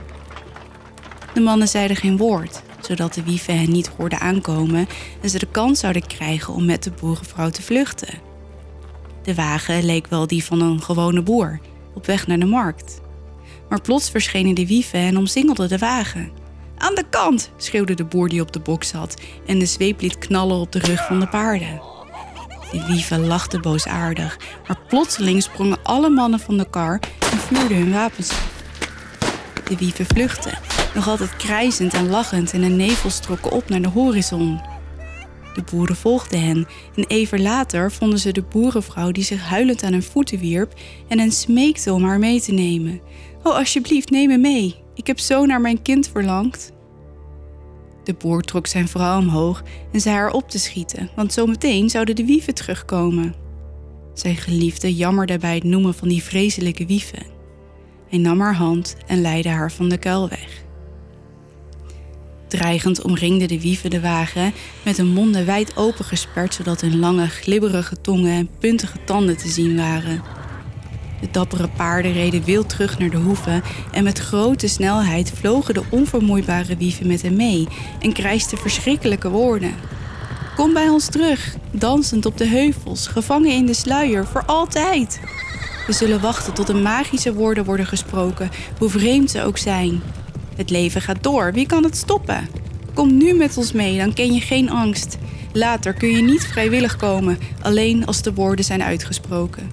De mannen zeiden geen woord, zodat de wieven hen niet hoorden aankomen en ze de kans zouden krijgen om met de boerenvrouw te vluchten. De wagen leek wel die van een gewone boer, op weg naar de markt. Maar plots verschenen de wieven en omsingelden de wagen. Aan de kant, schreeuwde de boer die op de bok zat en de zweep liet knallen op de rug van de paarden. De wieven lachten boosaardig, maar plotseling sprongen alle mannen van de kar en vuurden hun wapens. De wieven vluchtten, nog altijd krijzend en lachend en de nevels trokken op naar de horizon. De boeren volgden hen en even later vonden ze de boerenvrouw die zich huilend aan hun voeten wierp en hen smeekte om haar mee te nemen. "Oh, alsjeblieft, neem me mee. Ik heb zo naar mijn kind verlangd." De boer trok zijn vrouw omhoog en zei haar op te schieten, want zometeen zouden de wieven terugkomen. Zijn geliefde jammerde bij het noemen van die vreselijke wieven. Hij nam haar hand en leidde haar van de kuil weg. Dreigend omringden de wieven de wagen, met hun monden wijd opengesperd zodat hun lange, glibberige tongen en puntige tanden te zien waren. De dappere paarden reden wild terug naar de hoeve en met grote snelheid vlogen de onvermoeibare wieven met hen mee en krijsten verschrikkelijke woorden. "Kom bij ons terug, dansend op de heuvels, gevangen in de sluier, voor altijd. We zullen wachten tot de magische woorden worden gesproken, hoe vreemd ze ook zijn. Het leven gaat door, wie kan het stoppen? Kom nu met ons mee, dan ken je geen angst. Later kun je niet vrijwillig komen, alleen als de woorden zijn uitgesproken."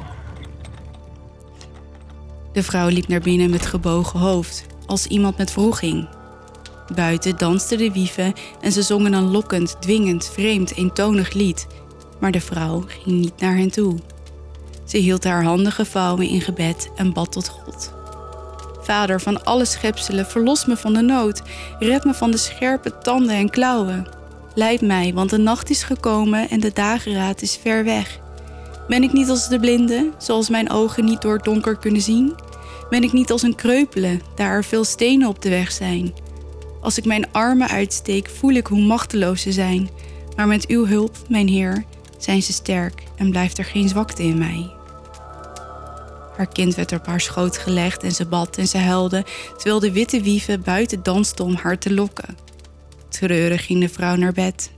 De vrouw liep naar binnen met gebogen hoofd, als iemand met wroeging. Buiten dansten de wieven en ze zongen een lokkend, dwingend, vreemd, eentonig lied. Maar de vrouw ging niet naar hen toe. Ze hield haar handen gevouwen in gebed en bad tot God. Vader van alle schepselen, verlos me van de nood. Red me van de scherpe tanden en klauwen. Leid mij, want de nacht is gekomen en de dageraad is ver weg. Ben ik niet als de blinde, zoals mijn ogen niet door het donker kunnen zien? Ben ik niet als een kreupele, daar er veel stenen op de weg zijn? Als ik mijn armen uitsteek, voel ik hoe machteloos ze zijn. Maar met uw hulp, mijn Heer, zijn ze sterk en blijft er geen zwakte in mij. Haar kind werd op haar schoot gelegd en ze bad en ze huilde, terwijl de witte wieven buiten dansten om haar te lokken. Treurig ging de vrouw naar bed.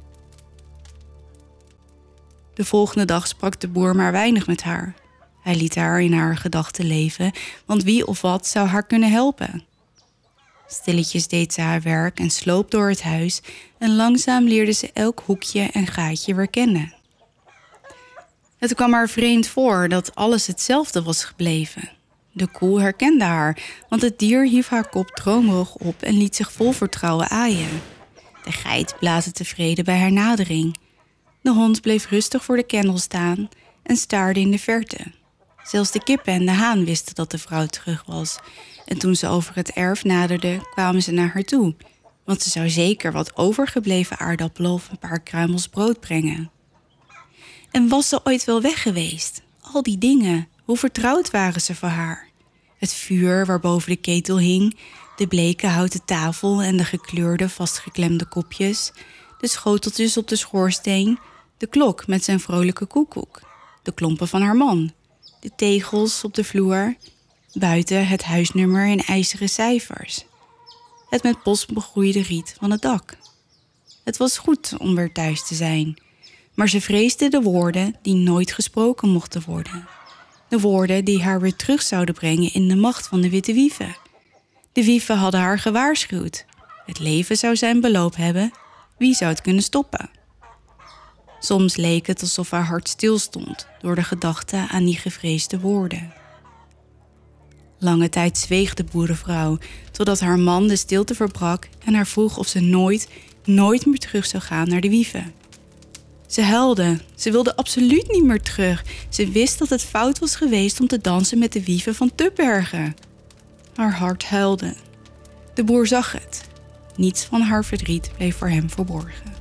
De volgende dag sprak de boer maar weinig met haar. Hij liet haar in haar gedachten leven, want wie of wat zou haar kunnen helpen? Stilletjes deed ze haar werk en sloop door het huis en langzaam leerde ze elk hoekje en gaatje weer kennen. Het kwam haar vreemd voor dat alles hetzelfde was gebleven. De koe herkende haar, want het dier hief haar kop dromerig op en liet zich vol vertrouwen aaien. De geit blaatte tevreden bij haar nadering. De hond bleef rustig voor de kennel staan en staarde in de verte. Zelfs de kippen en de haan wisten dat de vrouw terug was. En toen ze over het erf naderde, kwamen ze naar haar toe. Want ze zou zeker wat overgebleven aardappelen of een paar kruimels brood brengen. En was ze ooit wel weg geweest? Al die dingen, hoe vertrouwd waren ze voor haar? Het vuur waarboven de ketel hing, de bleke houten tafel en de gekleurde vastgeklemde kopjes, de schoteltjes op de schoorsteen, de klok met zijn vrolijke koekoek, de klompen van haar man, de tegels op de vloer, buiten het huisnummer in ijzeren cijfers, het met bos begroeide riet van het dak. Het was goed om weer thuis te zijn, maar ze vreesde de woorden die nooit gesproken mochten worden. De woorden die haar weer terug zouden brengen in de macht van de witte wieven. De wieven hadden haar gewaarschuwd. Het leven zou zijn beloop hebben. Wie zou het kunnen stoppen? Soms leek het alsof haar hart stilstond door de gedachte aan die gevreesde woorden. Lange tijd zweeg de boerenvrouw, totdat haar man de stilte verbrak en haar vroeg of ze nooit meer terug zou gaan naar de wieven. Ze huilde. Ze wilde absoluut niet meer terug. Ze wist dat het fout was geweest om te dansen met de wieven van Tubbergen. Haar hart huilde. De boer zag het. Niets van haar verdriet bleef voor hem verborgen.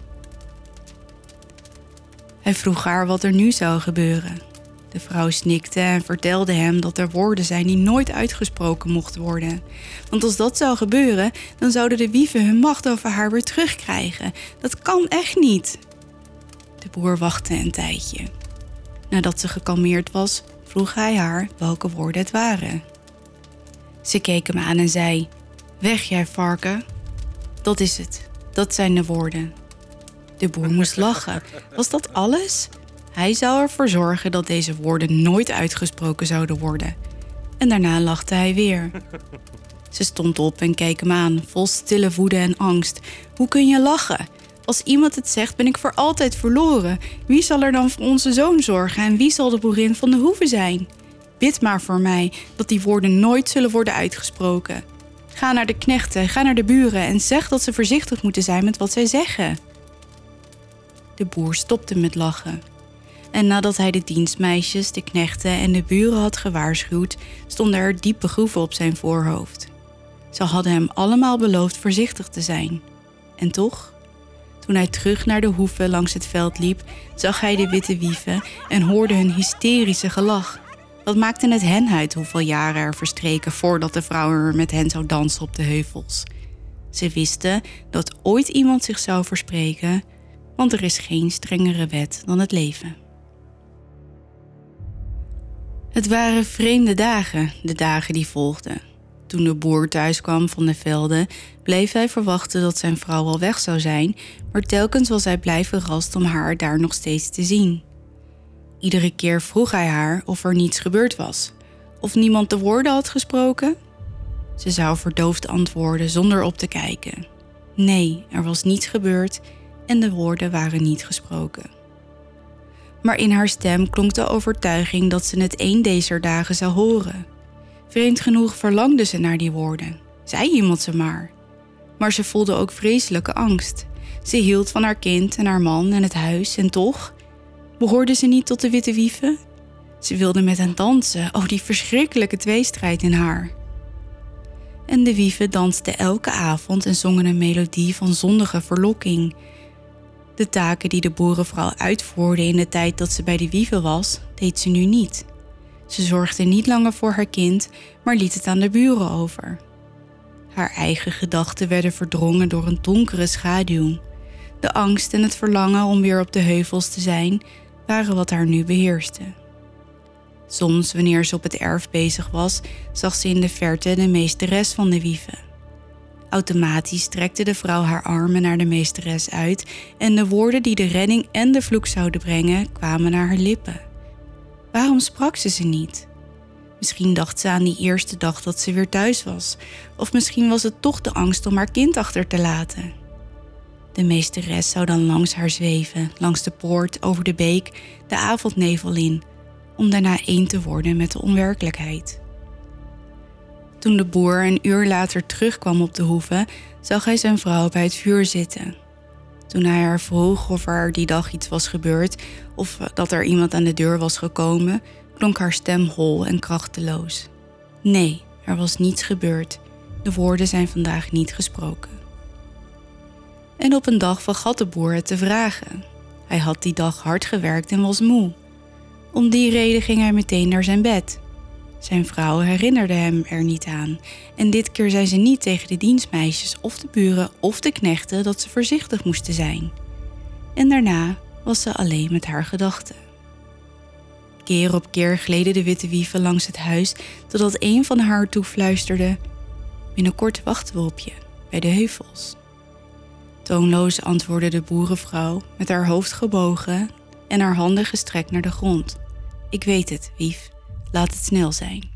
Hij vroeg haar wat er nu zou gebeuren. De vrouw snikte en vertelde hem dat er woorden zijn die nooit uitgesproken mochten worden. Want als dat zou gebeuren, dan zouden de wieven hun macht over haar weer terugkrijgen. Dat kan echt niet. De boer wachtte een tijdje. Nadat ze gekalmeerd was, vroeg hij haar welke woorden het waren. Ze keek hem aan en zei: "Weg jij varken." "Dat is het, dat zijn de woorden." De boer moest lachen. Was dat alles? Hij zou ervoor zorgen dat deze woorden nooit uitgesproken zouden worden. En daarna lachte hij weer. Ze stond op en keek hem aan, vol stille woede en angst. Hoe kun je lachen? Als iemand het zegt, ben ik voor altijd verloren. Wie zal er dan voor onze zoon zorgen en wie zal de boerin van de hoeve zijn? Bid maar voor mij dat die woorden nooit zullen worden uitgesproken. Ga naar de knechten, ga naar de buren en zeg dat ze voorzichtig moeten zijn met wat zij zeggen. De boer stopte met lachen. En nadat hij de dienstmeisjes, de knechten en de buren had gewaarschuwd, stonden er diepe groeven op zijn voorhoofd. Ze hadden hem allemaal beloofd voorzichtig te zijn. En toch, toen hij terug naar de hoeve langs het veld liep, zag hij de witte wieven en hoorde hun hysterische gelach. Wat maakte het hen uit hoeveel jaren er verstreken voordat de vrouw er met hen zou dansen op de heuvels? Ze wisten dat ooit iemand zich zou verspreken, want er is geen strengere wet dan het leven. Het waren vreemde dagen, de dagen die volgden. Toen de boer thuis kwam van de velden, bleef hij verwachten dat zijn vrouw al weg zou zijn, maar telkens was hij blij verrast om haar daar nog steeds te zien. Iedere keer vroeg hij haar of er niets gebeurd was, of niemand de woorden had gesproken. Ze zou verdoofd antwoorden zonder op te kijken. Nee, er was niets gebeurd en de woorden waren niet gesproken. Maar in haar stem klonk de overtuiging dat ze het een deze dagen zou horen. Vreemd genoeg verlangde ze naar die woorden. Zei iemand ze maar. Maar ze voelde ook vreselijke angst. Ze hield van haar kind en haar man en het huis en toch behoorde ze niet tot de witte wieven. Ze wilde met hen dansen. Oh, die verschrikkelijke tweestrijd in haar. En de wieven dansten elke avond en zongen een melodie van zondige verlokking. De taken die de boerenvrouw uitvoerde in de tijd dat ze bij de wieven was, deed ze nu niet. Ze zorgde niet langer voor haar kind, maar liet het aan de buren over. Haar eigen gedachten werden verdrongen door een donkere schaduw. De angst en het verlangen om weer op de heuvels te zijn, waren wat haar nu beheerste. Soms, wanneer ze op het erf bezig was, zag ze in de verte de meesteres van de wieven. Automatisch strekte de vrouw haar armen naar de meesteres uit en de woorden die de redding en de vloek zouden brengen, kwamen naar haar lippen. Waarom sprak ze niet? Misschien dacht ze aan die eerste dag dat ze weer thuis was, of misschien was het toch de angst om haar kind achter te laten. De meesteres zou dan langs haar zweven, langs de poort, over de beek, de avondnevel in, om daarna één te worden met de onwerkelijkheid. Toen de boer een uur later terugkwam op de hoeve, zag hij zijn vrouw bij het vuur zitten. Toen hij haar vroeg of er die dag iets was gebeurd of dat er iemand aan de deur was gekomen, klonk haar stem hol en krachteloos. Nee, er was niets gebeurd. De woorden zijn vandaag niet gesproken. En op een dag vergat de boer het te vragen. Hij had die dag hard gewerkt en was moe. Om die reden ging hij meteen naar zijn bed. Zijn vrouw herinnerde hem er niet aan. En dit keer zei ze niet tegen de dienstmeisjes of de buren of de knechten dat ze voorzichtig moesten zijn. En daarna was ze alleen met haar gedachten. Keer op keer gleden de witte wieven langs het huis, totdat een van haar toefluisterde: binnenkort wachten we op je, bij de heuvels. Toonloos antwoordde de boerenvrouw met haar hoofd gebogen en haar handen gestrekt naar de grond. Ik weet het, wief. Laat het snel zijn.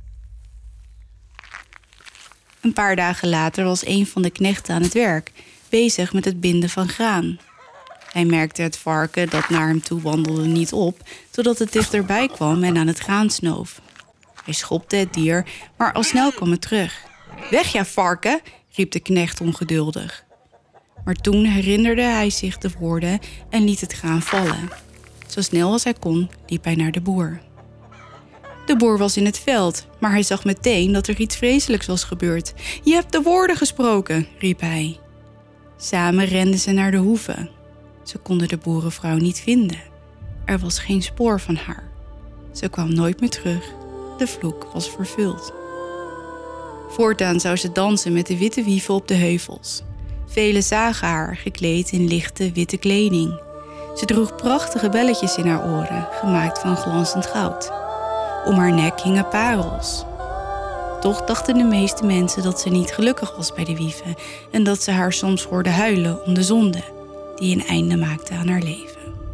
Een paar dagen later was een van de knechten aan het werk, bezig met het binden van graan. Hij merkte het varken dat naar hem toe wandelde niet op, totdat het dichterbij kwam en aan het graan snoof. Hij schopte het dier, maar al snel kwam het terug. Weg, ja, varken, riep de knecht ongeduldig. Maar toen herinnerde hij zich de woorden en liet het graan vallen. Zo snel als hij kon, liep hij naar de boer. De boer was in het veld, maar hij zag meteen dat er iets vreselijks was gebeurd. Je hebt de woorden gesproken, riep hij. Samen renden ze naar de hoeve. Ze konden de boerenvrouw niet vinden. Er was geen spoor van haar. Ze kwam nooit meer terug. De vloek was vervuld. Voortaan zou ze dansen met de witte wieven op de heuvels. Velen zagen haar gekleed in lichte witte kleding. Ze droeg prachtige belletjes in haar oren, gemaakt van glanzend goud. Om haar nek hingen parels. Toch dachten de meeste mensen dat ze niet gelukkig was bij de wieven en dat ze haar soms hoorden huilen om de zonde die een einde maakte aan haar leven.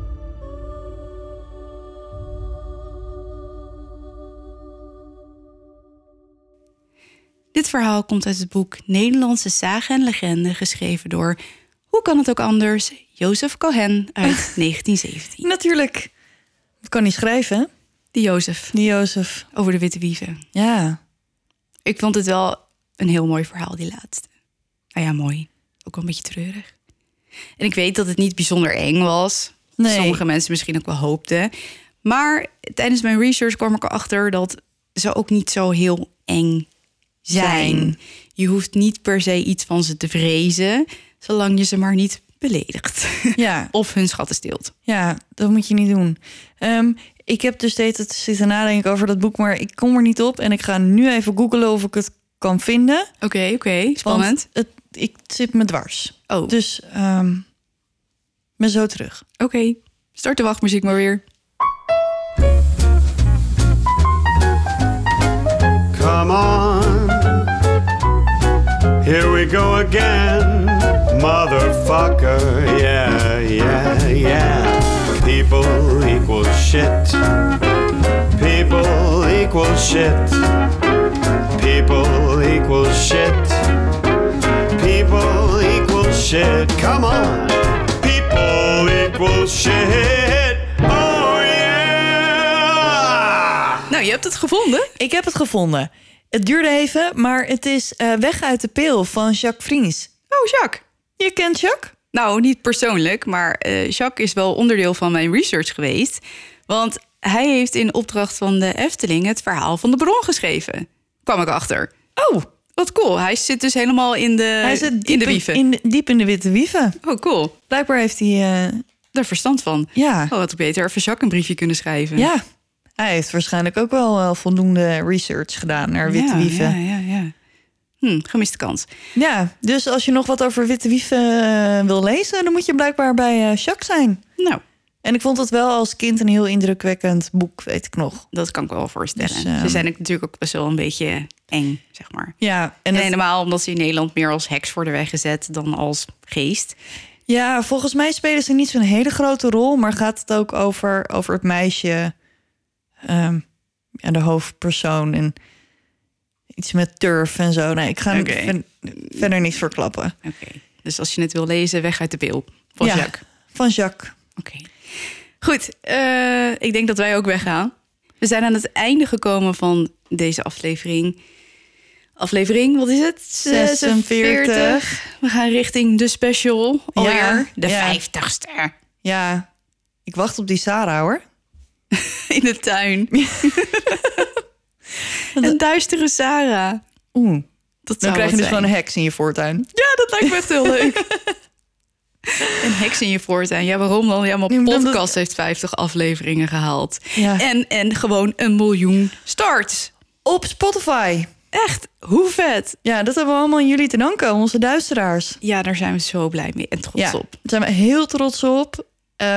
Dit verhaal komt uit het boek Nederlandse Sagen en Legenden, geschreven door, hoe kan het ook anders, Jozef Cohen uit 1917. Natuurlijk. Dat kan niet schrijven, hè? Die Jozef. Over de witte wieven. Ja. Ik vond het wel een heel mooi verhaal, die laatste. Nou ja, mooi. Ook wel een beetje treurig. En ik weet dat het niet bijzonder eng was. Nee. Sommige mensen misschien ook wel hoopten. Maar tijdens mijn research kwam ik erachter dat ze ook niet zo heel eng zijn. Je hoeft niet per se iets van ze te vrezen, zolang je ze maar niet beledigt. Ja. Of hun schatten steelt. Ja, dat moet je niet doen. Ik heb dus steeds zitten nadenken over dat boek, maar ik kom er niet op. En ik ga nu even googlen of ik het kan vinden. Oké, spannend. Want ik zit me dwars. Oh. Dus ben zo terug. Oké, start de wachtmuziek maar weer. Come on, here we go again, motherfucker, yeah, yeah, yeah. People equal shit, people equal shit, people equal shit, people equal shit, come on, people equal shit, oh yeah! Nou, je hebt het gevonden? Ik heb het gevonden. Het duurde even, maar het is Weg uit de Peel van Jacques Vries. Oh, Jacques. Je kent Jacques? Nou, niet persoonlijk, maar Jacques is wel onderdeel van mijn research geweest. Want hij heeft in opdracht van de Efteling het verhaal van de bron geschreven. Kwam ik achter. Oh, Wat cool. Hij zit dus helemaal in de, hij zit in de wieven. diep in de witte wieven. Oh, cool. Blijkbaar heeft hij... Daar verstand van. ja, Oh, had ik beter even Jacques een briefje kunnen schrijven. ja, hij heeft waarschijnlijk ook wel voldoende research gedaan naar witte wieven. Ja. Gemiste kans. Ja, dus als je nog wat over witte wieven wil lezen... dan moet je blijkbaar bij Jacques zijn. Nou, En ik vond het wel als kind een heel indrukwekkend boek, weet ik nog. dat kan ik wel voorstellen. Dus, Ze zijn natuurlijk ook best wel een beetje eng, zeg maar. Ja, En het- helemaal omdat ze in Nederland meer als heks worden weggezet dan als geest. ja, volgens mij spelen ze niet zo'n hele grote rol... maar gaat het ook over het meisje, de hoofdpersoon... en iets met turf en zo. Nee, ik ga Oké. verder niks verklappen. Oké. Dus als je het wil lezen, weg uit de pil. Van Ja. Jacques. Van Jacques. Oké. Goed, ik denk dat wij ook weggaan. We zijn aan het einde gekomen van deze aflevering. Aflevering, wat is het? 46. We gaan richting de special alweer. De ja. 50ste. Ja, ik wacht op die Sarah, hoor. In de tuin. Een duistere Sarah. Oeh, Dat dan zou krijg je wat dus zijn. gewoon een heks in je voortuin. Ja, dat lijkt me echt heel leuk. Een heks in je voortuin. Ja, waarom dan? Ja, mijn omdat- podcast heeft 50 afleveringen gehaald. Ja. En gewoon 1 miljoen starts. Op Spotify. Echt, hoe vet. Ja, dat hebben we allemaal aan jullie te danken, onze duisteraars. Ja, daar zijn we zo blij mee en trots op. Daar zijn we heel trots op.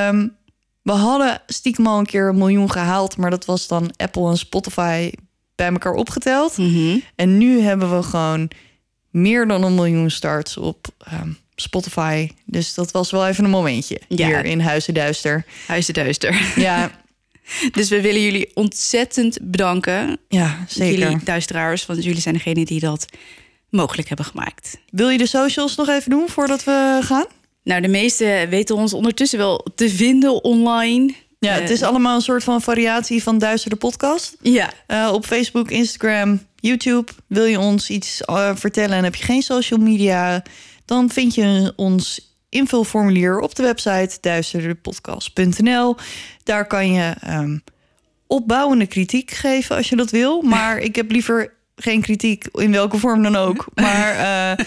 We hadden stiekem al een keer 1 miljoen gehaald... maar dat was dan Apple en Spotify bij elkaar opgeteld. Mhm. En nu hebben we gewoon meer dan 1 miljoen starts op Spotify. Dus dat was wel even een momentje Ja. hier in Huizen Duister. Huizen duister. Ja, Dus we willen jullie ontzettend bedanken. ja, zeker. Jullie duisteraars, want jullie zijn degene die dat mogelijk hebben gemaakt. Wil je de socials nog even doen voordat we gaan? Nou, de meesten weten ons ondertussen wel te vinden online. Ja, het is allemaal een soort van variatie van Duister de podcast. Ja, Op Facebook, Instagram, YouTube. Wil je ons iets vertellen en heb je geen social media... dan vind je ons invulformulier op de website duisterdepodcast.nl. Daar kan je opbouwende kritiek geven als je dat wil. Maar ik heb liever geen kritiek in welke vorm dan ook. Maar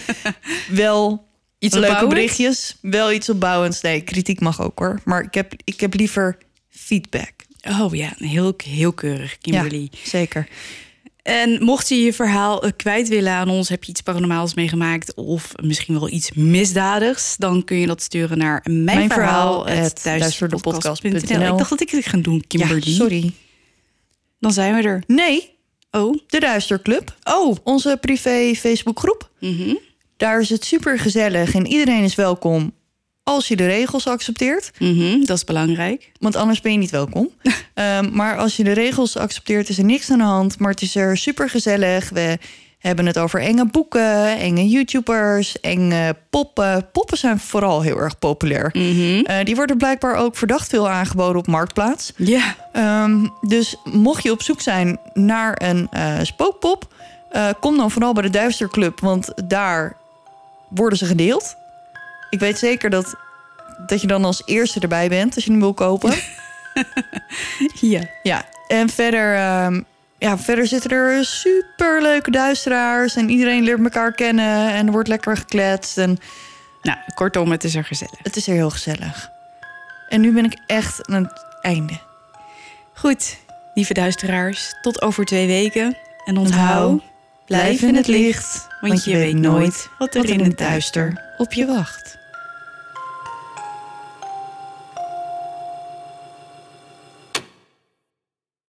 wel iets leuke opbouwend? berichtjes. Wel iets opbouwends. Nee, kritiek mag ook hoor. Maar ik heb liever feedback. Oh ja, heel keurig, Kimberly. Ja, zeker. En mocht je je verhaal kwijt willen aan ons... heb je iets paranormaals meegemaakt... of misschien wel iets misdadigs... dan kun je dat sturen naar mijnverhaal@duisterdepodcast.nl. Ik dacht dat ik het ga doen, Kimberly. Ja, sorry. Dan zijn we er. Nee, Oh. de Duisterclub. Oh. Onze privé Facebookgroep. Mhm. Daar is het super gezellig en iedereen is welkom... als je de regels accepteert. Mhm, dat is belangrijk. Want anders ben je niet welkom. Maar als je de regels accepteert, is er niks aan de hand. Maar het is er super gezellig. We hebben het over enge boeken, enge YouTubers, enge poppen. Poppen zijn vooral heel erg populair. Die worden blijkbaar ook verdacht veel aangeboden op Marktplaats. Ja. Dus mocht je op zoek zijn naar een spookpop... kom dan vooral bij de Duisterclub, want daar worden ze gedeeld. Ik weet zeker dat je dan als eerste erbij bent als je hem wil kopen. Ja. Ja, en verder zitten er superleuke duisteraars... en iedereen leert elkaar kennen en er wordt lekker gekletst. En Nou, kortom, het is er gezellig. het is er heel gezellig. En nu ben ik echt aan het einde. Goed, lieve duisteraars, tot over 2 weken. En onthoud, Onthoud, blijf in het licht, want je weet nooit wat er in het duister op je wacht.